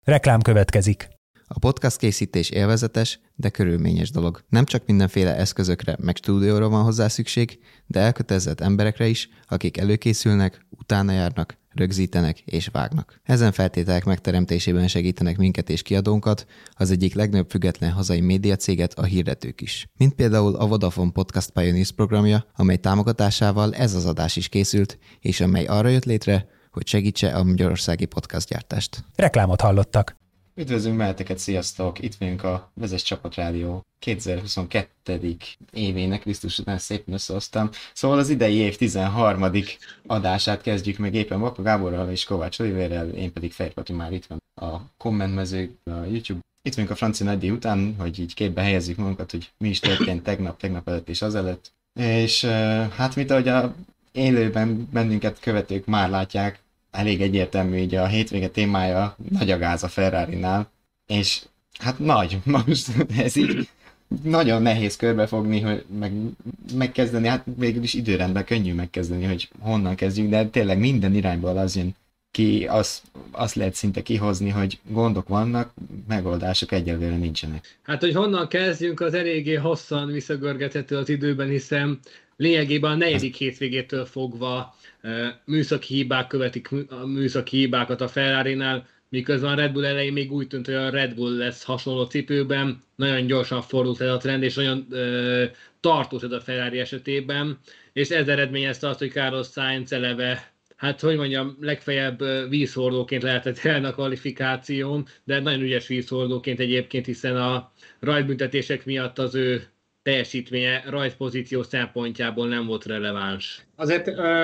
Reklám következik. A podcast készítés élvezetes, de körülményes dolog. Nem csak mindenféle eszközökre meg stúdióra van hozzá szükség, de elkötelezett emberekre is, akik előkészülnek, utána járnak, rögzítenek és vágnak. Ezen feltételek megteremtésében segítenek minket és kiadónkat, az egyik legnagyobb független hazai médiacéget, a hirdetők is. Mint például a Vodafone Podcast Pioneers programja, amely támogatásával ez az adás is készült, és amely arra jött létre, hogy segítse a magyarországi podcastgyártást. Reklámot hallottak. Üdvözlünk benneteket, sziasztok! Itt vagyunk a Vezess Csapat Rádió 2022. évének, Krisztus után szépen összehoztam. Szóval az idei év 13. adását kezdjük meg éppen Vaka Gáborral és Kovács Oliverrel, én pedig Fejr Pati már itt van a kommentmező, a YouTube. Itt vagyunk a Franci nagydíj után, hogy így képbe helyezzük magunkat, hogy mi is történt tegnap előtt és azelőtt. És hát mint ahogy a élőben bennünket követők már látják, elég egyértelmű, így a hétvége témája nagy a gáz a Ferrarinál, és hát nagy, most ez így nagyon nehéz körbefogni, hogy megkezdeni, hát végül is időrendben könnyű megkezdeni, hogy honnan kezdjük, de tényleg minden irányból az jön ki, azt lehet szinte kihozni, hogy gondok vannak, megoldások egyelőre nincsenek. Hát, hogy honnan kezdjünk, az eléggé hosszan visszagörgethető az időben, hiszen lényegében a negyedik hétvégétől fogva műszaki hibák követik a műszaki hibákat a Ferrarinál, miközben a Red Bull elején még úgy tűnt, hogy a Red Bull lesz hasonló cipőben, nagyon gyorsan fordult ez a trend, és nagyon tartós ez a Ferrari esetében, és ez eredményezte azt, hogy Carlos Sainz eleve, hát hogy mondjam, legfeljebb vízhordóként lehetett jelen a kvalifikáción, de nagyon ügyes vízhordóként egyébként, hiszen a rajtbüntetések miatt az ő teljesítménye rajtpozíció szempontjából nem volt releváns. Azért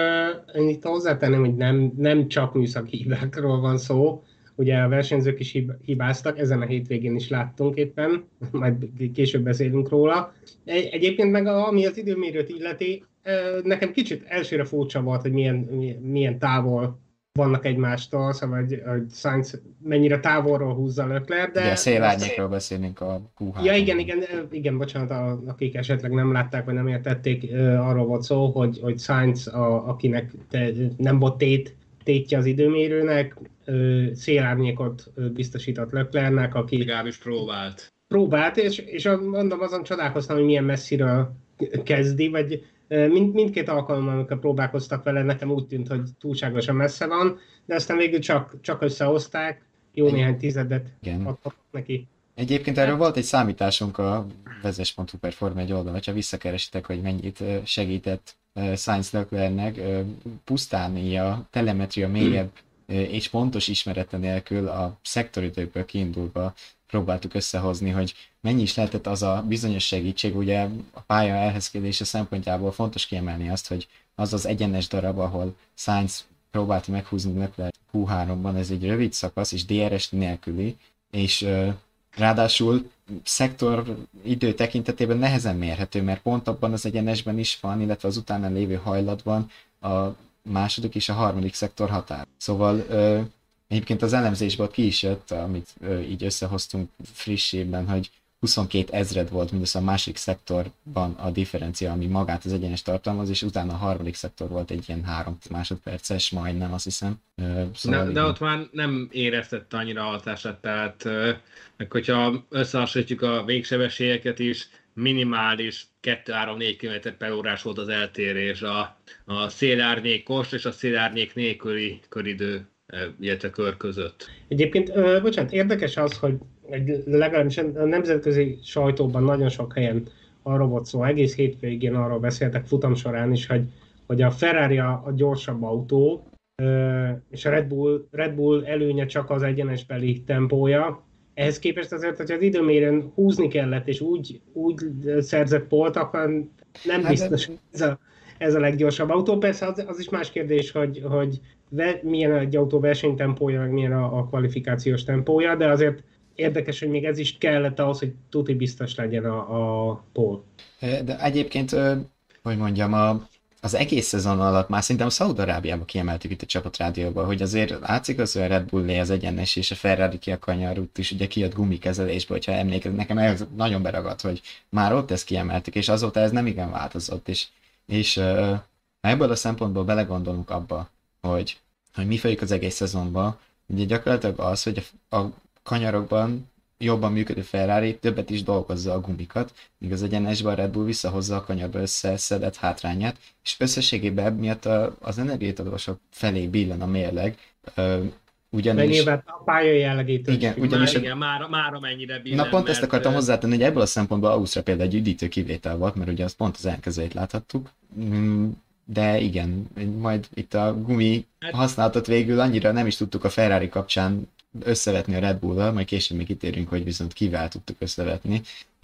én itt hozzátenném, hogy nem csak műszaki hibákról van szó, ugye a versenyzők is hibáztak, ezen a hétvégén is láttunk éppen, majd később beszélünk róla. Egyébként meg ami az időmérőt illeti, nekem kicsit elsőre furcsa volt, hogy milyen távol vannak egymástól, szóval hogy Sainz mennyire távolról húzza Leclerc, de... Ugye a szélárnyékról beszélünk a Q3. Ja, igen, bocsánat, akik esetleg nem látták, vagy nem értették, arról volt szó, hogy Sainz, akinek nem volt tétje az időmérőnek, szélárnyékot biztosított Leclercnek, aki... Legalábbis próbált, és mondom, azon csodálkoztam, hogy milyen messziről kezdi, vagy mindkét alkalommal, amikor próbálkoztak vele, nekem úgy tűnt, hogy túlságosan messze van, de aztán végül csak összehozták, jó néhány tizedet adtak neki. Egyébként erről volt egy számításunk a vezes.hu per Forma 1 oldalon, ha visszakeresitek, hogy mennyit segített Sainz Leclercnek, pusztán a telemetria mélyebb és pontos ismerete nélkül a szektoridőkből kiindulva próbáltuk összehozni, hogy mennyi is lehetett az a bizonyos segítség. Ugye a pálya elhelyezkedése szempontjából fontos kiemelni azt, hogy az az egyenes darab, ahol Sainz próbálta meghúzni Leclerc Q3-ban, ez egy rövid szakasz, és DRS nélküli, és ráadásul szektor idő tekintetében nehezen mérhető, mert pont abban az egyenesben is van, illetve az utána lévő hajlatban a második és a harmadik szektor határ. Szóval egyébként az elemzésből ki is jött, amit így összehoztunk frissében, hogy 22 000 volt mindössze a másik szektorban a differencia, ami magát az egyenes tartalmaz, és utána a harmadik szektor volt egy ilyen 3 másodperces, majdnem, azt hiszem. Szóval de ott már nem éreztette annyira hatását, tehát meg hogyha összehasonlítjuk a végsebességeket is, minimális 2-3-4 km/h volt az eltérés a szélárnyékos és a szélárnyék nélküli köridő, illetve kör között. Egyébként, bocsánat, érdekes az, hogy legalábbis a nemzetközi sajtóban nagyon sok helyen arról volt szó, egész hétvégén arról beszéltek futam során is, hogy a Ferrari a gyorsabb autó, és a Red Bull előnye csak az egyenesbeli tempója. Ehhez képest azért, hogy az időmérőn húzni kellett, és úgy szerzett polt, akkor nem biztos, hogy ez a leggyorsabb autó. Persze az is más kérdés, hogy milyen egy autó versenytempója, meg milyen a kvalifikációs tempója, de azért érdekes, hogy még ez is kellett ahhoz, hogy tuti biztos legyen a pole. De egyébként, hogy mondjam, az egész szezon alatt már szerintem Szaúd-Arábiában kiemeltük itt a csapatrádióban, hogy azért látszik az, hogy a Red Bull az egyenes, és a Ferrari ki a kanyarút is, ugye kijött gumikezelésbe, hogyha emlékeznek, nekem ez nagyon beragadt, hogy már ott ezt kiemeltük, és azóta ez nem igen változott, és ebből a szempontból belegondolunk abba, hogy mi folyik az egész szezonban, ugye gyakorlatilag az, hogy a kanyarokban jobban működő Ferrari többet is dolgozza a gumikat, míg az egyenesben a Red Bull visszahozza a kanyarba összeszedett hátrányát, és összességében miatt az energiaadósok felé billen a mérleg, ugyanis... nyilván a pálya jellegétől. Igen, ugyanis... Igen, már amennyire billen. Na pont ezt akartam hozzátenni, hogy ebből a szempontból Ausztria például egy üdítő kivétel volt, mert ugye azt pont az ellenkezőjét láthattuk, de igen, majd itt a gumi használatot végül annyira nem is tudtuk a Ferrari kapcsán összevetni a Red Bull-val, majd később még kitérünk, hogy viszont kivel tudtuk összevetni,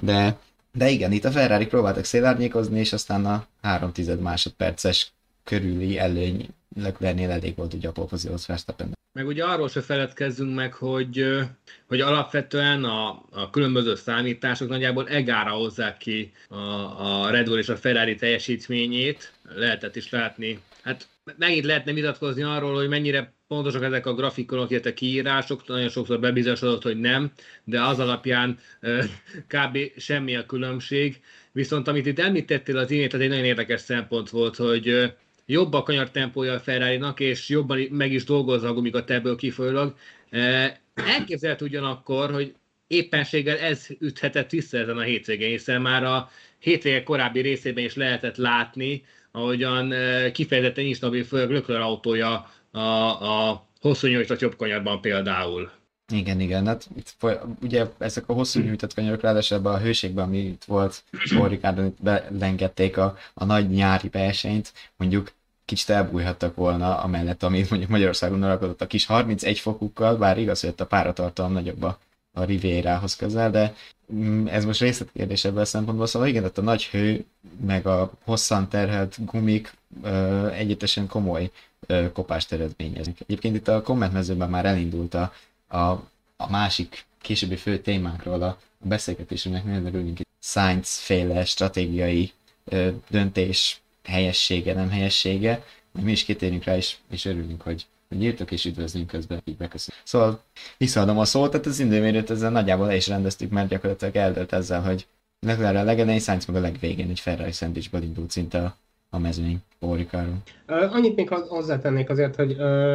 de igen, itt a Ferrari próbáltak szélárnyékozni, és aztán a 3/10 másodperces körüli előny Leclercnél elég volt ugye a pole positionhoz Verstappennek. Meg ugye arról se feledkezzünk meg, hogy alapvetően a különböző számítások nagyjából egára hozzák ki a Red Bull és a Ferrari teljesítményét. Lehetett is látni. Hát megint lehetne vitatkozni arról, hogy mennyire pontosak ezek a grafikonok, illetve kiírások, nagyon sokszor bebizonyosodott, hogy nem, de az alapján kb. Semmi a különbség. Viszont amit itt említettél az imént, az egy nagyon érdekes szempont volt, hogy jobb a kanyartempója a Ferrari-nak, és jobban meg is dolgozza a gumikat ebből kifolyólag. Elképzelhető ugyanakkor, hogy éppenséggel ez üthetett vissza ezen a hétvégén, hiszen már a hétvége korábbi részében is lehetett látni, ahogyan kifejezetten instabil, főleg Leclerc autója a hosszú nyújtott jobb kanyarban például. Igen, hát itt, ugye ezek a hosszú nyújtott kanyarok, ráadásul ebben a hőségben, ami itt volt, Paul Ricardon itt belengedték a nagy nyári versenyt, mondjuk kicsit elbújhattak volna amellett, amit mondjuk Magyarországon uralkodott a kis 31 fokukkal, bár igaz, hogy ott a páratartalom nagyobb a Riviérához közel, de ez most részletkérdés ebből a szempontból, szóval igen, ott a nagy hő, meg a hosszan terhelt gumik együttesen komoly kopást eredményeznek. Egyébként itt a kommentmezőben már elindult a másik későbbi fő témánkról a beszélgetésünknek, nagyon örülünk, hogy Sainz-féle stratégiai döntés helyessége, nem helyessége, mi is kitérünk rá, és örülünk, hogy írtok és üdvözlünk közben, így beköszönjük. Szóval visszaadom a szót, tehát az időmérőt ezzel nagyjából le is rendeztük, mert gyakorlatilag eldőlt ezzel, hogy Leclerc a legelején, Sainz meg a legvégén egy Ferrari szendvicsből indult szinte a mezőny Pórikáról. Annyit még hozzátennék azért, hogy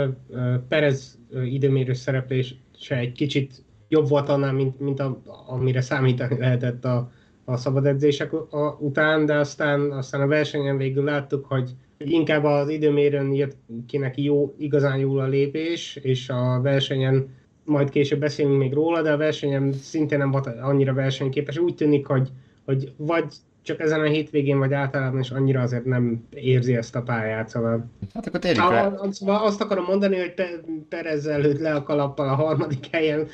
Perez időmérős szereplése egy kicsit jobb volt annál, mint amire számítani lehetett a szabad edzések után, de aztán a versenyen végül láttuk, hogy inkább az időmérőn jött ki neki igazán jól a lépés, és a versenyen, majd később beszélünk még róla, de a versenyen szintén nem volt annyira versenyképes. Úgy tűnik, hogy vagy csak ezen a hétvégén, vagy általában is annyira azért nem érzi ezt a pályát. Szóval, hát akkor térjünk rá. Szóval azt akarom mondani, hogy Perezzel lőtt le a kalappal a harmadik helyen,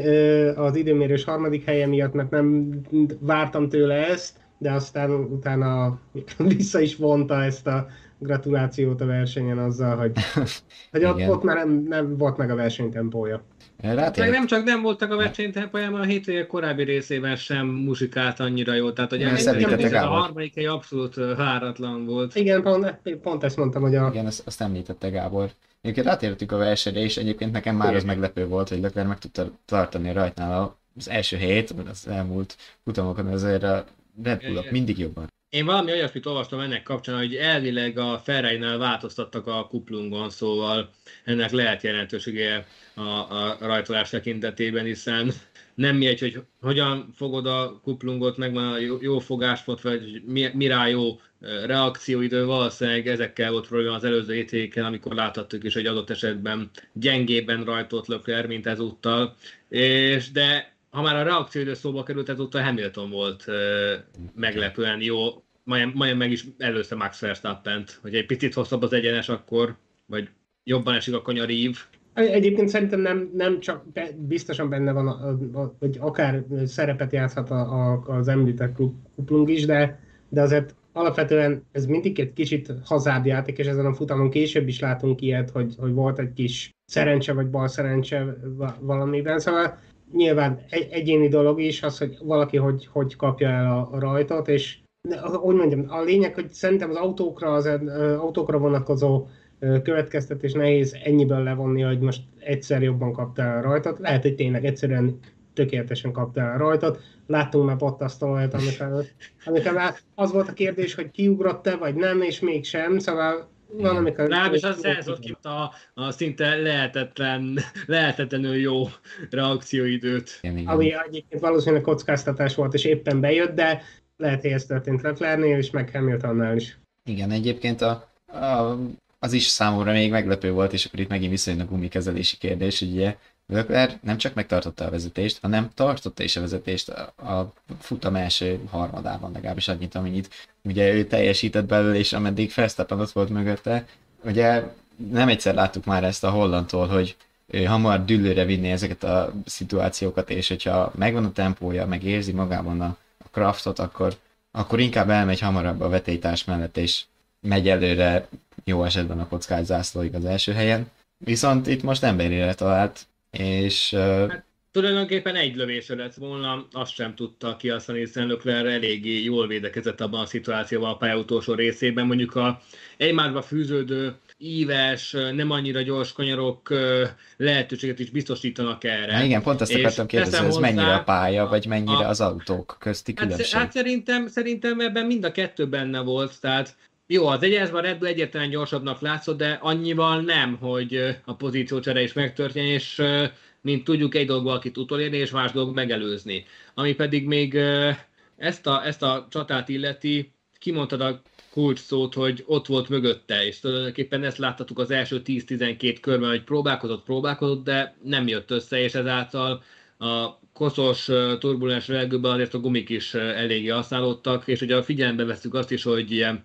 az időmérős harmadik helyen miatt, mert nem vártam tőle ezt, de aztán utána vissza is vonta ezt a gratulációt a versenyen azzal, hogy ott már nem volt meg a versenytempója. Meg nem csak nem voltak a versenytempójában, a hétvége korábbi részében sem muzsikált annyira jól, tehát hogy a harmadik hely abszolút váratlan volt. Igen, pont ezt mondtam, hogy Igen, azt említette Gábor. Egyébként rátértük a versenyre, és egyébként nekem már az meglepő volt, hogy Leclerc meg tudta tartani rajtnál az első hét, az elmúlt futamokon, azért a Red Bullok mindig jobban. Én valami olyasmit olvastam ennek kapcsán, hogy elvileg a Ferrari-nál változtattak a kuplungon, szóval ennek lehet jelentősége a rajtolás tekintetében, hiszen nem mindegy, hogy hogyan fogod a kuplungot, megvan a jó fogáspont, vagy mi rá jó reakcióidő, valószínűleg ezekkel volt probléma az előző hétvégén, amikor láthattuk is, hogy adott esetben gyengében rajtolt Leclerc, mint ezúttal, de ha már a reakcióidő szóba került, ezúttal Hamilton volt meglepően jó, majdnem meg is előzte Max Verstappent, hogy egy picit hosszabb az egyenes akkor, vagy jobban esik a kanyarív. Egyébként szerintem nem csak biztosan benne van, hogy akár szerepet játszhat az említett kuplung is, de azért alapvetően ez mindig egy kicsit hazád játék, és ezen a futamon később is látunk ilyet, hogy volt egy kis szerencse vagy bal szerencse valamiben, szóval nyilván egyéni dolog is az, hogy valaki hogy kapja el a rajtot, és hogy mondjam, a lényeg, hogy szerintem az autókra vonatkozó következtetés nehéz ennyiből levonni, hogy most egyszer jobban kaptál a rajtot. Lehet, hogy tényleg egyszerűen tökéletesen kaptál a rajtot. Láttunk már Bottas olyat, amikor már az volt a kérdés, hogy kiugrott-e, vagy nem, és mégsem. Szóval Van, amikor... Legalábbis az szerzott ki a szinte lehetetlenül jó reakcióidőt. Ami egyébként valószínűleg kockáztatás volt, és éppen bejött, de lehet, hogy ez történt Leclercnél és meg Hamiltonnál is. Igen, egyébként az is számomra még meglepő volt, és akkor itt megint viszonylag gumikezelési kérdés, hogy ugye Leclerc nem csak megtartotta a vezetést, hanem tartotta is a vezetést a futam első harmadában, legalábbis annyit, amennyit ugye ő teljesített belőle, és ameddig Verstappen ott volt mögötte. Ugye nem egyszer láttuk már ezt a hollandtól, hogy ő hamar dűlőre vinni ezeket a szituációkat, és hogyha megvan a tempója, meg érzi magában a craftot, akkor inkább elmegy hamarabb a vetélytárs mellett, és megy előre jó esetben a kockás zászlóig az első helyen. Viszont itt most emberére talált, és... Tulajdonképpen egy lövésre lett volna, azt sem tudta kihasználni, hiszen Leclerc eléggé jól védekezett abban a szituációban a pálya utolsó részében. Mondjuk a egymásba fűződő, íves, nem annyira gyors kanyarok lehetőséget is biztosítanak erre. Na igen, pont ezt akartam kérdezni, ez mennyire a pálya, vagy mennyire az autók közti különbség? Hát szerintem ebben mind a kettő benne volt, tehát jó, az egyezben a Red Bull egyértelműen gyorsabbnak látszott, de annyival nem, hogy a pozíciócsere is megtörténjen, és mint tudjuk, egy dolog valakit utolérni, és más dolog megelőzni. Ami pedig még ezt a csatát illeti, kimondtad a kulcs szót, hogy ott volt mögötte, és tulajdonképpen ezt láttattuk az első 10-12 körben, hogy próbálkozott, de nem jött össze, és ezáltal a koszos, turbulens levegőben azért a gumik is eléggé használódtak, és ugye figyelembe veszük azt is, hogy ilyen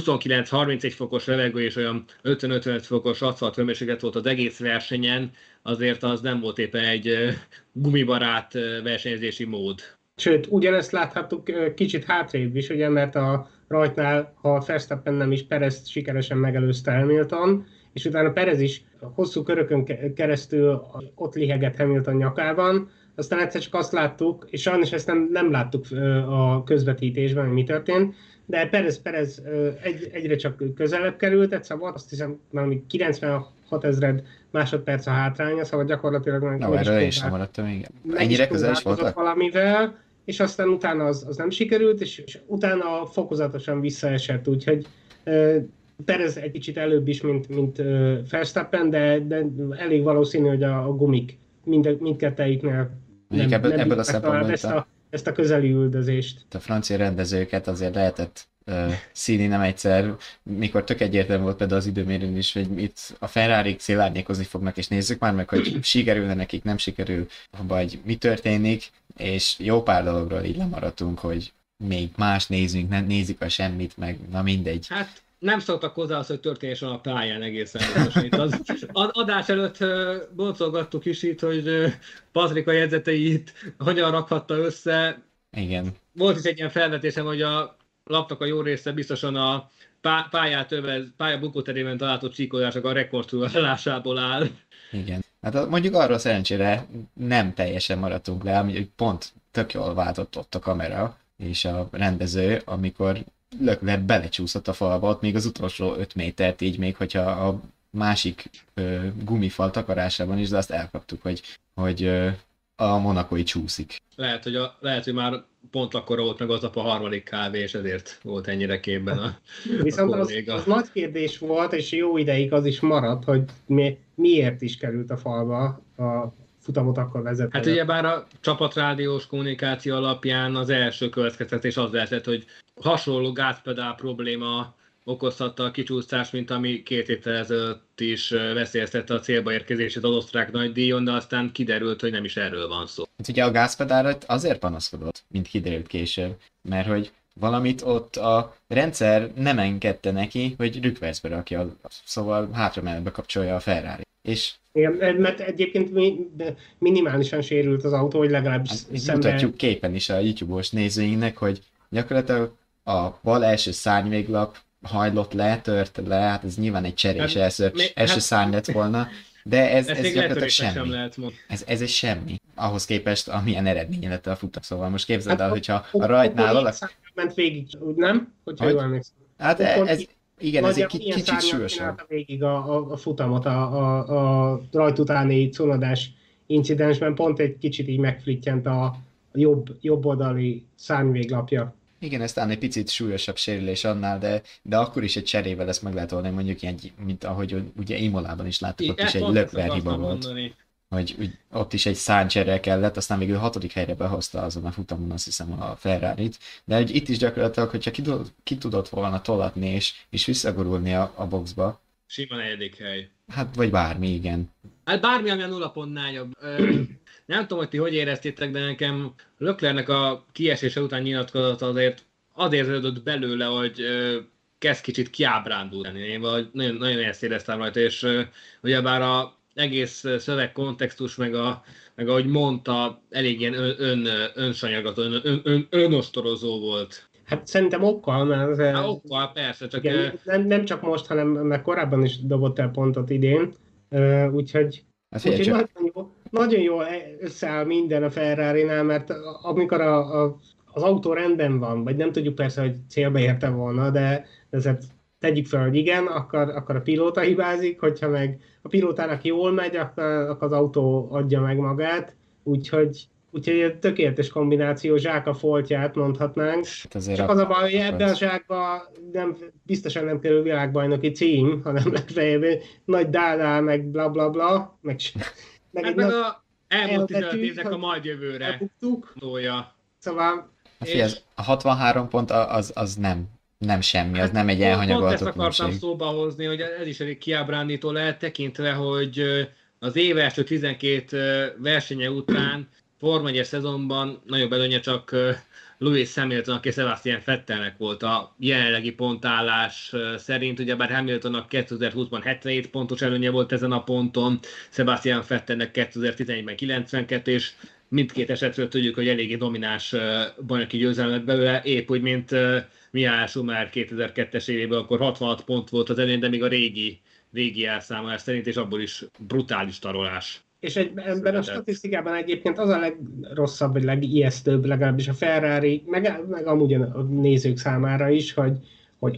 29-31 fokos levegő és olyan 50-55 fokos aszfalt hőmérséklet volt az egész versenyen, azért az nem volt éppen egy gumibarát versenyzési mód. Sőt, ugyanezt láthattuk kicsit hátrébb is, ugye, mert a rajtnál, ha Verstappen nem is, Perez sikeresen megelőzte Hamilton, és utána Perez is hosszú körökön keresztül ott lihegett Hamilton nyakában, aztán egyszer csak azt láttuk, és sajnos ezt nem láttuk a közvetítésben, hogy mi történt, de Perez egyre csak közelebb került, egyszer volt, azt hiszem, valami 96 000 másodperc a hátránya, szóval gyakorlatilag... Na, erről én sem maradtam, igen. Ennyire közel is voltak? Valamivel, és aztán utána az nem sikerült, és utána fokozatosan visszaesett, úgyhogy Perez egy kicsit előbb is, mint Verstappen, de elég valószínű, hogy a gumik mindkettejüknél ebből a szempontból ezt a közeli üldözést. A francia rendezőket azért lehetett színi nem egyszer, mikor tök egyértelmű volt például az időmérőn is, hogy itt a Ferrarik szélárnyékozni fognak, és nézzük már meg, hogy sikerülne nekik, nem sikerül, vagy mi történik, és jó pár dologról így lemaradtunk, hogy még más nézzünk, nem nézik a semmit, meg na mindegy. Hát nem szoktak hozzá az, hogy történésen a pályán egészen biztosan. Itt az adás előtt boncolgattuk is itt, hogy Patrik a jegyzeteit hogyan rakhatta össze. Igen. Volt is egy ilyen felvetésem, hogy a lapnak a jó része biztosan a pálya bukóterében található csíkolások a rekonstruálásából áll. Igen. Hát mondjuk arról szerencsére nem teljesen maradtunk le, hogy pont tök jól váltott ott a kamera és a rendező, amikor Leclerc belecsúszott a falba, ott még az utolsó 5 métert, így még hogyha a másik gumifal takarásában is, de azt elkaptuk, hogy a monakói csúszik. Lehet, hogy már pont akkor volt meg az a harmadik kávé, és ezért volt ennyire képben a Viszont kolléga. az nagy kérdés volt, és jó ideig az is maradt, hogy miért is került a falba a futamot akkor vezetni. Hát ugyebár a csapatrádiós kommunikáció alapján az első következtetés az lehetett, hogy hasonló gázpedál probléma okozhatta a kicsúszást, mint ami 2 héttel ezelőtt is veszélyeztette a célba érkezését az osztrák nagydíjon, de aztán kiderült, hogy nem is erről van szó. Hát ugye a gázpedálra azért panaszkodott, mint kiderült később, mert hogy valamit ott a rendszer nem engedte neki, hogy rükvercbe rakja, szóval hátramelbe kapcsolja a Ferrari. És igen, mert egyébként minimálisan sérült az autó, hogy legalábbis mutatjuk képen is a YouTube-os nézőinknek, hogy gyakorlatilag a bal első szárnyvéglap hajlott le, tört le, hát ez nyilván egy cserés első szárny lett volna, de ez gyakorlatilag semmi. Ez egy semmi, ahhoz képest, amilyen eredménye lett a futam. Szóval most képzeld el, hogyha a rajtnál valaki... ment végig, nem? Hogyha jól emlékszem. Hát ez egy kicsit súlyosabb. Végig a futamot a rajt utáni cunodás incidensben, pont egy kicsit így megflittyent a jobb oldali szárnyvéglapja. Igen, ez talán egy picit súlyosabb sérülés annál, de akkor is egy cserével ezt meg lehet oldani, mondjuk ilyen, mint ahogy ugye Imolában is láttuk, ott is egy Leclerc hiba volt. Hogy ott is egy szárnycserre kellett, aztán végül 6. helyre behozta azon a futamon, azt hiszem, a Ferrarit. De hogy itt is gyakorlatilag, hogyha ki tudott volna tolatni és visszagurulni a boxba. Sima 4. hely. Hát, vagy bármi, igen. Hát bármi, ami a 0 pontnál jobb. Nem tudom, hogy ti hogy éreztétek, de nekem Leclercnek a kiesése után nyilatkozata azért érződött belőle, hogy kezd kicsit kiábrándulni. Én nagyon, nagyon ezt éreztem rajta, és ugyebár a egész szöveg kontextus, meg ahogy mondta, elég ilyen önsanyagató, önostorozó volt. Hát szerintem okkal, mert... Okkal, persze, csak... Igen, nem csak most, hanem meg korábban is dobott el pontot idén, úgyhogy nagyon jó összeáll minden a Ferrarinál, mert amikor az autó rendben van, vagy nem tudjuk persze, hogy célba érte volna, de ezért tegyük fel, hogy igen, akkor a pilóta hibázik, hogyha meg a pilótának jól megy, akkor az autó adja meg magát, úgyhogy egy tökéletes kombináció, zsák a foltját mondhatnánk. Csak az a baj, hogy ebben a zsákban biztosan nem kerül világbajnoki cím, hanem legfeljebb nagy dádá, meg bla bla bla, meg egy nagy elmúlt 15 évnek a majd jövőre elbuktuk. Szóval... A 63 pont az nem semmi, az nem egy elhanyagolt különbség. Pont ezt akartam szóba hozni, hogy ez is elég kiábrándító lehet, tekintve, hogy az év első 12 versenye után Forma 1-es szezonban nagyobb előnye csak Lewis Hamiltonnak és Sebastian Vettelnek volt a jelenlegi pontállás szerint. Ugyebár Hamiltonnak 2020-ban 77 pontos előnye volt ezen a ponton, Sebastian Vettelnek 2011-ben 92, és mindkét esetről tudjuk, hogy eléggé domináns bajnoki győzelmet belőle, épp úgy, mint Michael Schumacher 2002-es évében, akkor 66 pont volt az előny, de még a régi elszámolás szerint, és abból is brutális tarolás. És ebben a statisztikában egyébként az a legrosszabb, vagy legijesztőbb, legalábbis a Ferrari, meg amúgy a nézők számára is, hogy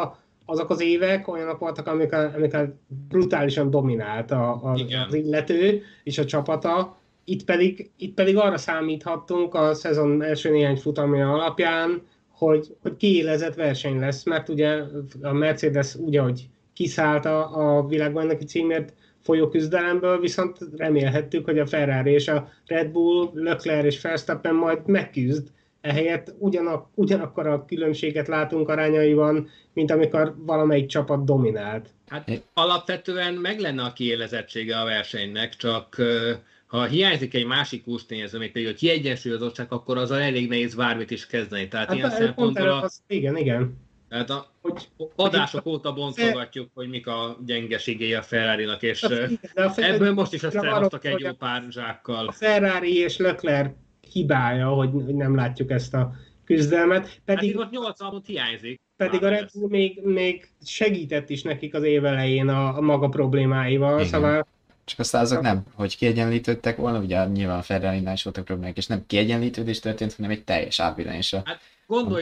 azok az évek olyanok voltak, amikor brutálisan dominált az illető és a csapata. Itt pedig arra számíthattunk a szezon első néhány futamja alapján, hogy kiélezett verseny lesz, mert ugye a Mercedes úgy, ahogy kiszállt a világbajnoki címért folyó küzdelemből, viszont remélhettük, hogy a Ferrari és a Red Bull, Leclerc és Verstappen majd megküzd. Ehelyett ugyanakkor a különbséget látunk arányaiban, mint amikor valamelyik csapat dominált. Hát alapvetően meg lenne a kiélezettsége a versenynek, csak ha hiányzik egy másik kulcstényező, még pedig a kiegyensúlyozottság, akkor azzal elég nehéz bármit is kezdeni. Tehát ilyen szempontból igen. Tehát adások óta bontogatjuk, hogy mik a gyengeségei a Ferrarinak, és ebből most is összehoztak egy jó pár zsákkal. A Ferrari és Leclerc hibája, hogy nem látjuk ezt a küzdelmet. Pedig ott 80 pont hiányzik. Pedig a Red Bull még segített is nekik az év elején a maga problémáival. Szóval csak aztán azok nem, hogy kiegyenlítődtek volna, ugye nyilván a Ferrari-nál is voltak problémák, és nem kiegyenlítődés történt, hanem egy teljes átbillenés. Hát gondolj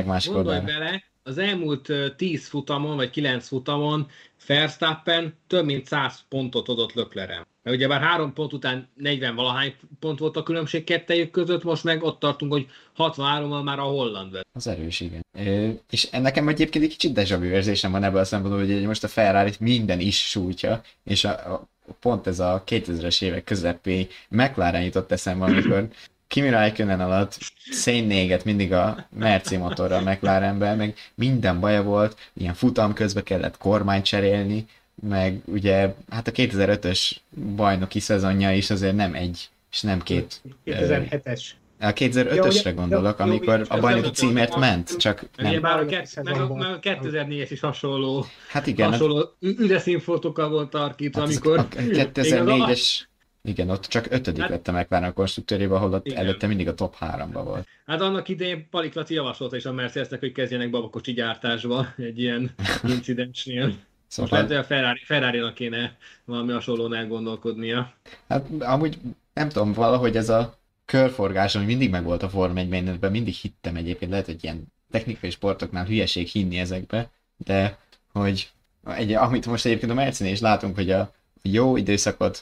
bele, az elmúlt 10 futamon, vagy 9 futamon Verstappen több mint 100 pontot adott Leclercen. Mert ugye bár 3 pont után 40-valahány pont volt a különbség kettejük között, most meg ott tartunk, hogy 63-mal már a holland vezet. Az erős, igen. És nekem egyébként egy kicsit déjà vu érzésem van ebből a szempontból, hogy most a Ferrari-t minden is sújtja, és pont ez a 2000-es évek közepé McLaren jutott eszembe, amikor Kimi Räikkönen alatt szénnéget mindig a Merci motorral McLarenben, meg minden baja volt, ilyen futam közben kellett kormányt cserélni, meg ugye hát a 2005-ös bajnoki szezonja is azért nem egy, és nem két. 2007-es. A 2005-ösre gondolok, amikor a bajnoki címért ment, csak nem. Ugye bár a 2004-es is hasonló, hát igen, hasonló üdeszínfotokkal volt tarkítva, hát amikor... A 2004-es, igen, ott csak 5. lett a McLaren a konstruktőrében, ahol ott előtte mindig a top 3-ba volt. Hát annak idején Palik Laci javasolta is a Mercedesnek, hogy kezdjenek babakocsi gyártásba egy ilyen incidensnél. Szóval... Most lehet, hogy a Ferrari-nak kéne valami hasonlón elgondolkodnia. Hát amúgy nem tudom, valahogy ez a körforgás, ami mindig megvolt a Forma 1-ben, mindig hittem egyébként, lehet, hogy ilyen technikai sportoknál hülyeség hinni ezekbe, de hogy amit most egyébként a Mercinél is látunk, hogy a jó időszakot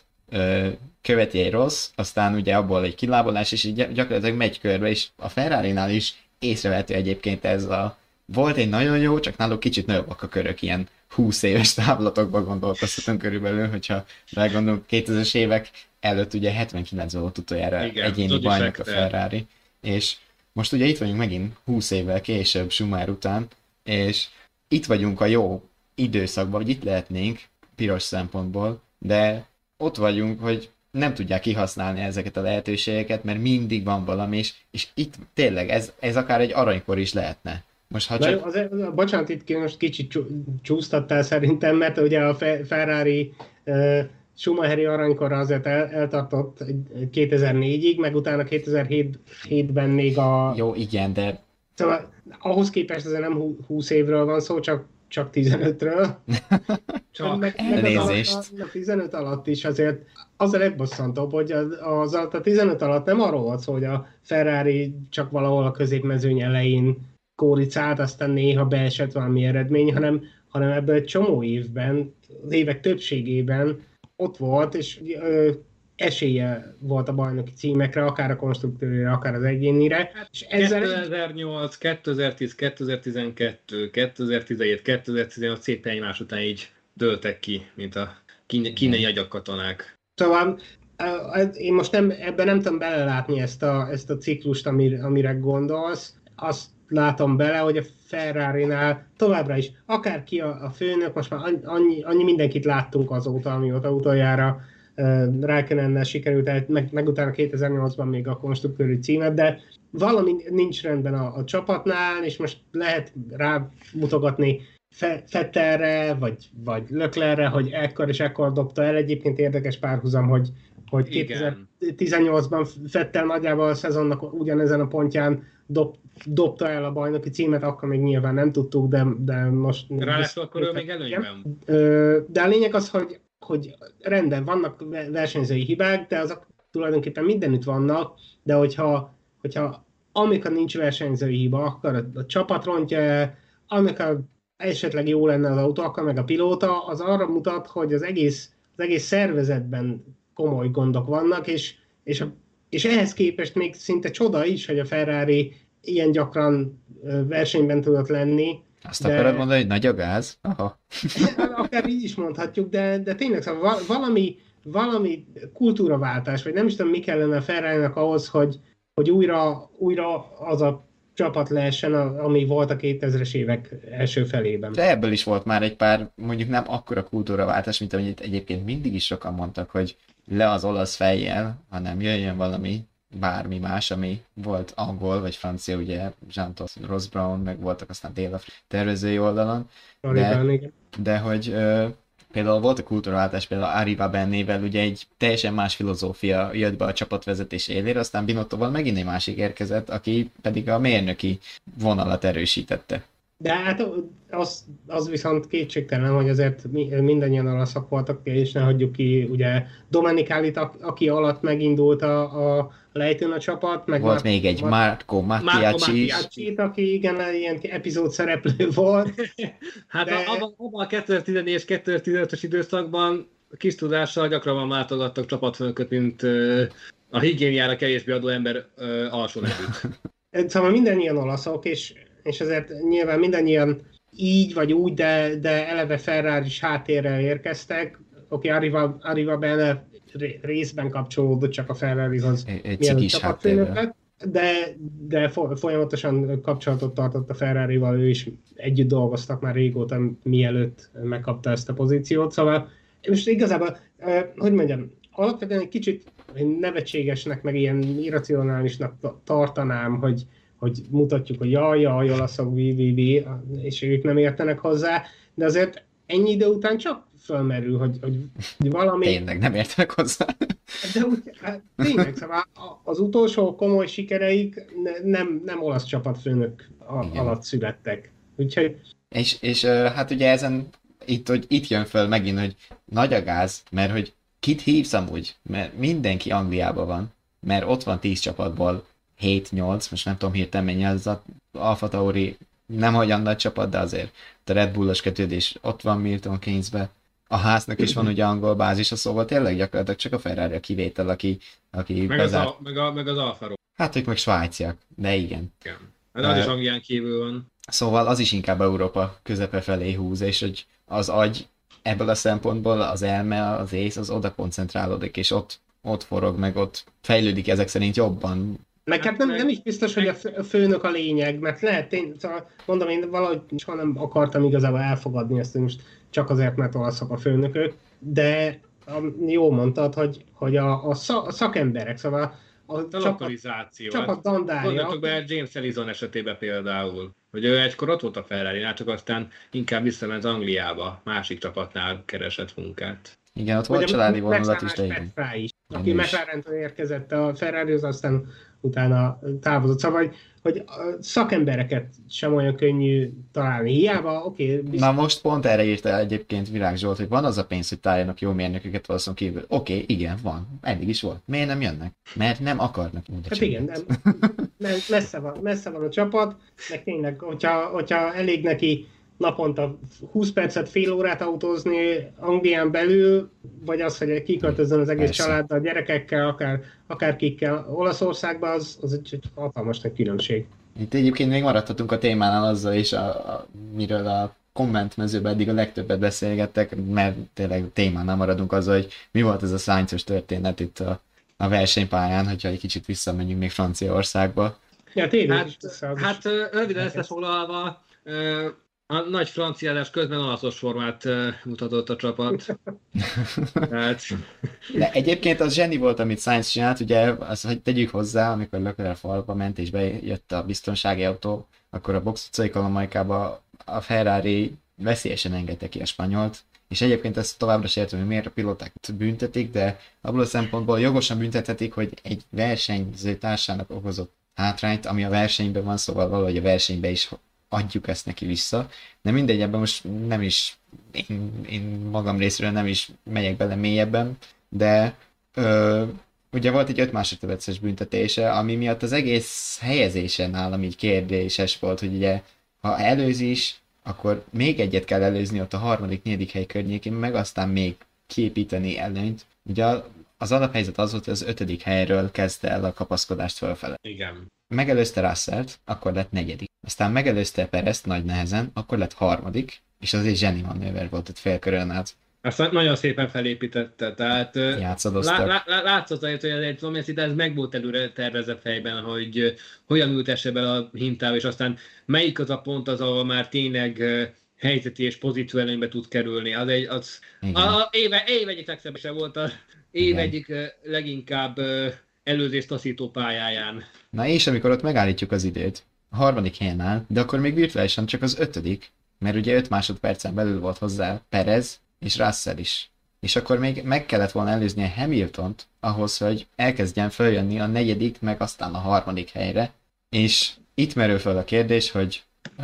követi egy rossz, aztán ugye abból egy kilábalás, és így gyakorlatilag megy körbe, és a Ferrari-nál is észrevehető egyébként ez volt egy nagyon jó, csak náluk kicsit nagyobbak a körök, ilyen 20 éves távlatokban gondolkoztatunk körülbelül, hogyha belegondolunk 2000-es évek előtt ugye 79 volt utoljára egyéni bajnok a Ferrari, és most ugye itt vagyunk megint 20 évvel később Schumacher után, és itt vagyunk a jó időszakban, vagy itt lehetnénk piros szempontból, de ott vagyunk, hogy nem tudják kihasználni ezeket a lehetőségeket, mert mindig van valami, és itt tényleg ez akár egy aranykor is lehetne. Most, ha csak... Bocsánat, itt most kicsit csúsztattál szerintem, mert ugye a Ferrari Schumacheri aranykora azért eltartott 2004-ig, meg utána 2007-ben még a... Jó, igen, de... Szóval ahhoz képest azért nem 20 évről van szó, csak 15-ről. Csak elnézést. A 15 alatt is azért az a legbosszantóbb, hogy az alatt a 15 alatt nem arról volt szó, hogy a Ferrari csak valahol a középmezőny elején kóricált, aztán néha beesett valami eredmény, hanem ebből egy csomó évben, az évek többségében ott volt, és esélye volt a bajnoki címekre, akár a konstruktőrére, akár az egyénire. És 2008, 2010, 2012, 2017, 2018 szépen egymás után így dőltek ki, mint a kínai agyakkatonák. Szóval én most ebben nem tudom belelátni ezt a ciklust, amire gondolsz. Azt látom bele, hogy a Ferrari-nál továbbra is, akárki a főnök, most már annyi mindenkit láttunk azóta, amióta utoljára Räikkönennel sikerült, meg utána 2008-ban még a konstruktőri címet, de valami nincs rendben a csapatnál, és most lehet rámutogatni Vettelre, vagy Leclercre, hogy ekkor és ekkor dobta el. Egyébként érdekes párhuzam, hogy 2018-ban Vettel nagyjából a szezonnak ugyanezen a pontján dobta el a bajnoki címet, akkor még nyilván nem tudtuk, de most... Ráadásul akkor ő még előnyben. De a lényeg az, hogy rendben vannak versenyzői hibák, de azok tulajdonképpen mindenütt vannak, de hogyha amikor nincs versenyzői hiba, akkor a csapat rontja, amikor esetleg jó lenne az autó, akkor meg a pilóta, az arra mutat, hogy az egész szervezetben komoly gondok vannak, és ehhez képest még szinte csoda is, hogy a Ferrari ilyen gyakran versenyben tudott lenni. Azt akarod mondani, hogy nagy a gáz? Aha. Akár így is mondhatjuk, de tényleg szóval valami kultúraváltás, vagy nem is tudom, mi kellene a Ferrari-nak ahhoz, hogy újra az a csapat lehessen, ami volt a 2000-es évek első felében. De ebből is volt már egy pár, mondjuk nem akkora kultúraváltás, mint amit egyébként mindig is sokan mondtak, hogy le az olasz fejjel, hanem jöjjön valami, bármi más, ami volt angol vagy francia, ugye Jean-Thomas Ross Brown, meg voltak aztán dél-afrikai tervezői oldalon, de hogy például volt a kultúraváltás, például Arriva Bennével ugye egy teljesen más filozófia jött be a csapatvezetés élére, aztán Binottoval megint egy másik érkezett, aki pedig a mérnöki vonalat erősítette. De hát az viszont kétségtelen, hogy azért mindannyian olaszak voltak, és ne hagyjuk ki, ugye Domenicali, aki alatt megindult a lejtőn a csapat. Meg volt még egy Marco Mattiacci, aki igen, ilyen epizód szereplő volt. Hát abban a 2014 és 2015-ös időszakban kis tudással gyakrabban látogattak csapatfőnököt, mint a higiéniára kevésbé adó ember alsó nevűt. Szóval mindannyian olaszok, és azért nyilván mindannyian így vagy úgy, de eleve Ferrari-s háttérrel érkeztek. Oké, Arriva Bene részben kapcsolódott csak a Ferrarihoz, mielőtt csapatfőnök lett, de folyamatosan kapcsolatot tartott a Ferrarival, ő is együtt dolgoztak már régóta, mielőtt megkapta ezt a pozíciót. Szóval most igazából, hogy mondjam, alapvetően egy kicsit nevetségesnek, meg ilyen irracionálisnak tartanám, hogy mutatjuk, hogy jaj, olaszok, és ők nem értenek hozzá, de azért ennyi idő után csak fölmerül, hogy valami... Tényleg nem értenek hozzá. De tényleg, szóval az utolsó komoly sikereik nem olasz csapatfőnök alatt születtek. Úgyhogy... És hát ugye ezen itt jön föl megint, hogy nagy a gáz, mert hogy kit hívsz amúgy? Mert mindenki Angliában van, mert ott van 10 csapatból 7-8, most nem tudom hirtelen mennyi az Alfa Tauri, nem olyan nagy csapat, de azért a Red Bullos kötődés ott van Milton Keynesbe. A háznak is van ugye angol bázisa, szóval tényleg gyakorlatilag csak a Ferrari a kivétel, aki meg bezárt. meg az Alfa Romeo. Hát ők meg svájciak, de igen. Hát az is Anglián kívül van. Szóval az is inkább Európa közepe felé húz, és hogy az agy ebből a szempontból az elme, az ész, az oda koncentrálódik, és ott forog, meg ott fejlődik ezek szerint jobban. Meg hát nem is biztos, hogy a főnök a lényeg, mert lehet, szóval mondom, én valahogy soha nem akartam igazából elfogadni ezt, hogy most csak azért, mert olaszok a főnökök, de jól mondtad, hogy a szakemberek, szóval a lokalizáció. Csapat dandárja. Gondoltok be James Ellison esetében például, hogy ő egykor ott volt a Ferrarinál, csak aztán inkább visszament Angliába, másik csapatnál keresett munkát. Igen, ott volt családi vonulat is, de igen. Aki McLarentől érkezett a Ferrarihoz, aztán utána távozott. Szóval, hogy szakembereket sem olyan könnyű találni. Hiába, oké. Na most pont erre írta egyébként Virág Zsolt, hogy van az a pénz, hogy találjanak jó mérnököket valószínűleg kívül. Oké, igen, van. Eddig is volt. Miért nem jönnek? Mert nem akarnak. Hát igen, messze van a csapat, meg tényleg, hogyha elég neki naponta 20 percet, fél órát autózni Anglián belül, vagy az, hogy kiköltözzön az egész családdal, gyerekekkel, akár kikkel Olaszországba, az egy hatalmas nagy különbség. Itt egyébként még maradhatunk a témánál azzal is, miről a kommentmezőben eddig a legtöbbet beszélgettek, mert tényleg témánál maradunk azzal, hogy mi volt ez a Sainz-os történet itt a versenypályán, hogyha egy kicsit visszamegyünk még Franciaországba. Ja, tényleg. Hát röviden összefoglalva, a nagy franciázás közben olaszos formát mutatott a csapat. De egyébként az zseni volt, amit Sainz csinált, ugye, azt, hogy tegyük hozzá, amikor Leclerc falba ment és bejött a biztonsági autó, akkor a box utcai kalamajkába a Ferrari veszélyesen engedte ki a spanyolt, és egyébként ezt továbbra sem értem, hogy miért a pilóták büntetik, de abból a szempontból jogosan büntethetik, hogy egy versenyző társának okozott hátrányt, ami a versenyben van, szóval valahogy a versenyben is adjuk ezt neki vissza. De mindegy, ebben most nem is, én magam részéről nem is megyek bele mélyebben, de ugye volt egy 5 másodperces büntetése, ami miatt az egész helyezésen nálam így kérdéses volt, hogy ugye, ha előzés, akkor még egyet kell előzni ott a 3.-4. hely környékén, meg aztán még kiépíteni előnyt. Ugye az alaphelyzet az volt, hogy az 5. helyről kezdte el a kapaszkodást fölfele. Igen. Megelőzte Russellt, akkor lett 4. Aztán megelőzte Perezt nagy nehezen, akkor lett 3. És az egy zseni manőver volt ott félkörön át. Aztán nagyon szépen felépítette, tehát látszott, hogy ez meg volt előre tervezve fejben, hogy hogyan ültesse be a hintába, és aztán melyik az a pont az, ahol már tényleg helyzeti és pozitív előnybe tud kerülni. Az év egyik legszebb volt, az év egyik leginkább előzést taszító pályáján. Na és amikor ott megállítjuk az időt, a 3. helyen áll, de akkor még virtuálisan csak az 5., mert ugye 5 másodpercen belül volt hozzá Perez és Russell is. És akkor még meg kellett volna előzni a Hamiltont ahhoz, hogy elkezdjen följönni a 4., meg aztán a 3. helyre. És itt merül fel a kérdés, hogy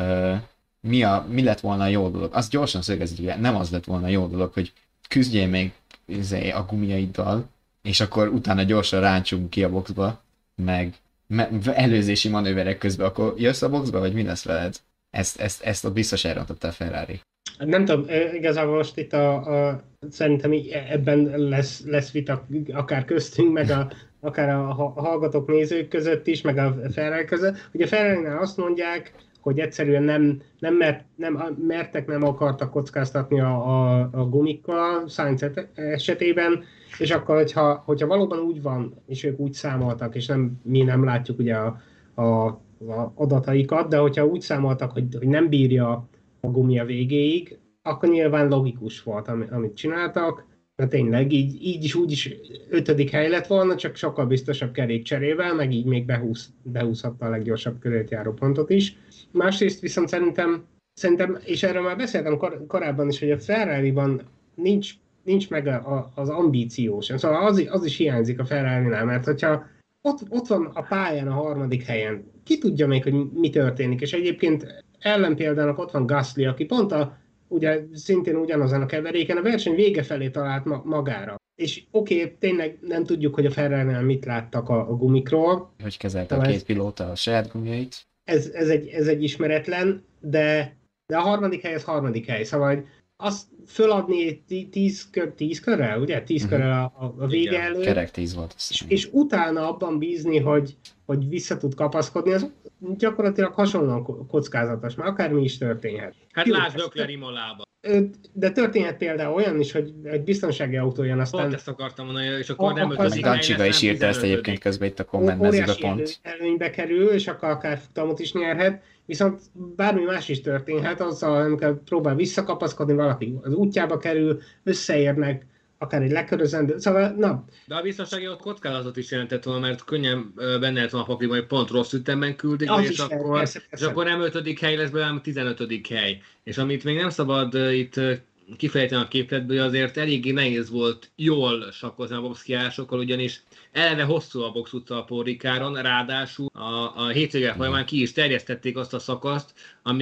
mi lett volna a jó dolog. Azt gyorsan szögezzük, nem az lett volna a jó dolog, hogy küzdjél még a gumiaiddal, és akkor utána gyorsan ráncsunk ki a boxba, meg előzési manőverek közben, akkor jössz a boxba, vagy mi lesz veled? Ezt ott biztos elrontotta a Ferrari. Nem tudom, igazából most itt szerintem ebben lesz vita akár köztünk, meg akár a hallgatók, nézők között is, meg a Ferrari között. Ugye a Ferrarinál azt mondják, hogy egyszerűen nem mertek, nem akartak kockáztatni a gumikkal Sainz esetében, és akkor, hogyha valóban úgy van, és ők úgy számoltak, és mi nem látjuk ugye a adataikat, de hogyha úgy számoltak, hogy nem bírja a gumi a végéig, akkor nyilván logikus volt, amit csináltak, de tényleg így is úgy is 5. hely lett volna, csak sokkal biztosabb kerékcserével, meg így még behúzhatta a leggyorsabb körét járó pontot is. Másrészt viszont szerintem, és erről már beszéltem korábban is, hogy a Ferrariban nincs meg az ambíció sem. Szóval az is hiányzik a Ferrarinál, mert hogyha ott van a pályán a 3. helyen, ki tudja még, hogy mi történik, és egyébként ellenpéldának ott van Gasly, aki pont ugye szintén ugyanazon a keveréken a verseny vége felé talált magára. És oké, tényleg nem tudjuk, hogy a Ferrarinál mit láttak a gumikról. Hogy kezelte a két pilóta a saját gumiait. Ez egy ismeretlen, de a 3. hely az 3. hely, szóval azt föladni 10 körrel, ugye? 10 körrel a vége előtt. Kerek 10 volt. És utána abban bízni, hogy vissza tud kapaszkodni, gyakorlatilag hasonlóan kockázatos, mert akármi is történhet. Hát Jó, lásd Lökler Imolában. De történhet például olyan is, hogy egy biztonsági autó jön, aztán... Pont ezt akartam mondani, és akkor nem Akkor 5. Meg Dancsiga is írta ezt egyébként közben itt a kommentmezőbe óriási pont. előnybe kerül, és akkor akár futamot is nyerhet, viszont bármi más is történhet, azzal, amikor próbál visszakapaszkodni, valaki az útjába kerül, összeérnek, akár egy lekörözendő, szóval na. De a biztonsági ott kockázatot is jelentett volna, mert könnyen benne lehet volna a pakliban, hogy pont rossz ütemben küldik, és akkor nem 5. hely lesz belőle, hanem 15. hely. És amit még nem szabad itt kifejteni a képletből, hogy azért eléggé nehéz volt jól sakkozni a boxkiásokkal, ugyanis eleve hosszú a box utca a Paul Ricardon, ráadásul a hétvége folyamán ki is terjesztették azt a szakaszt,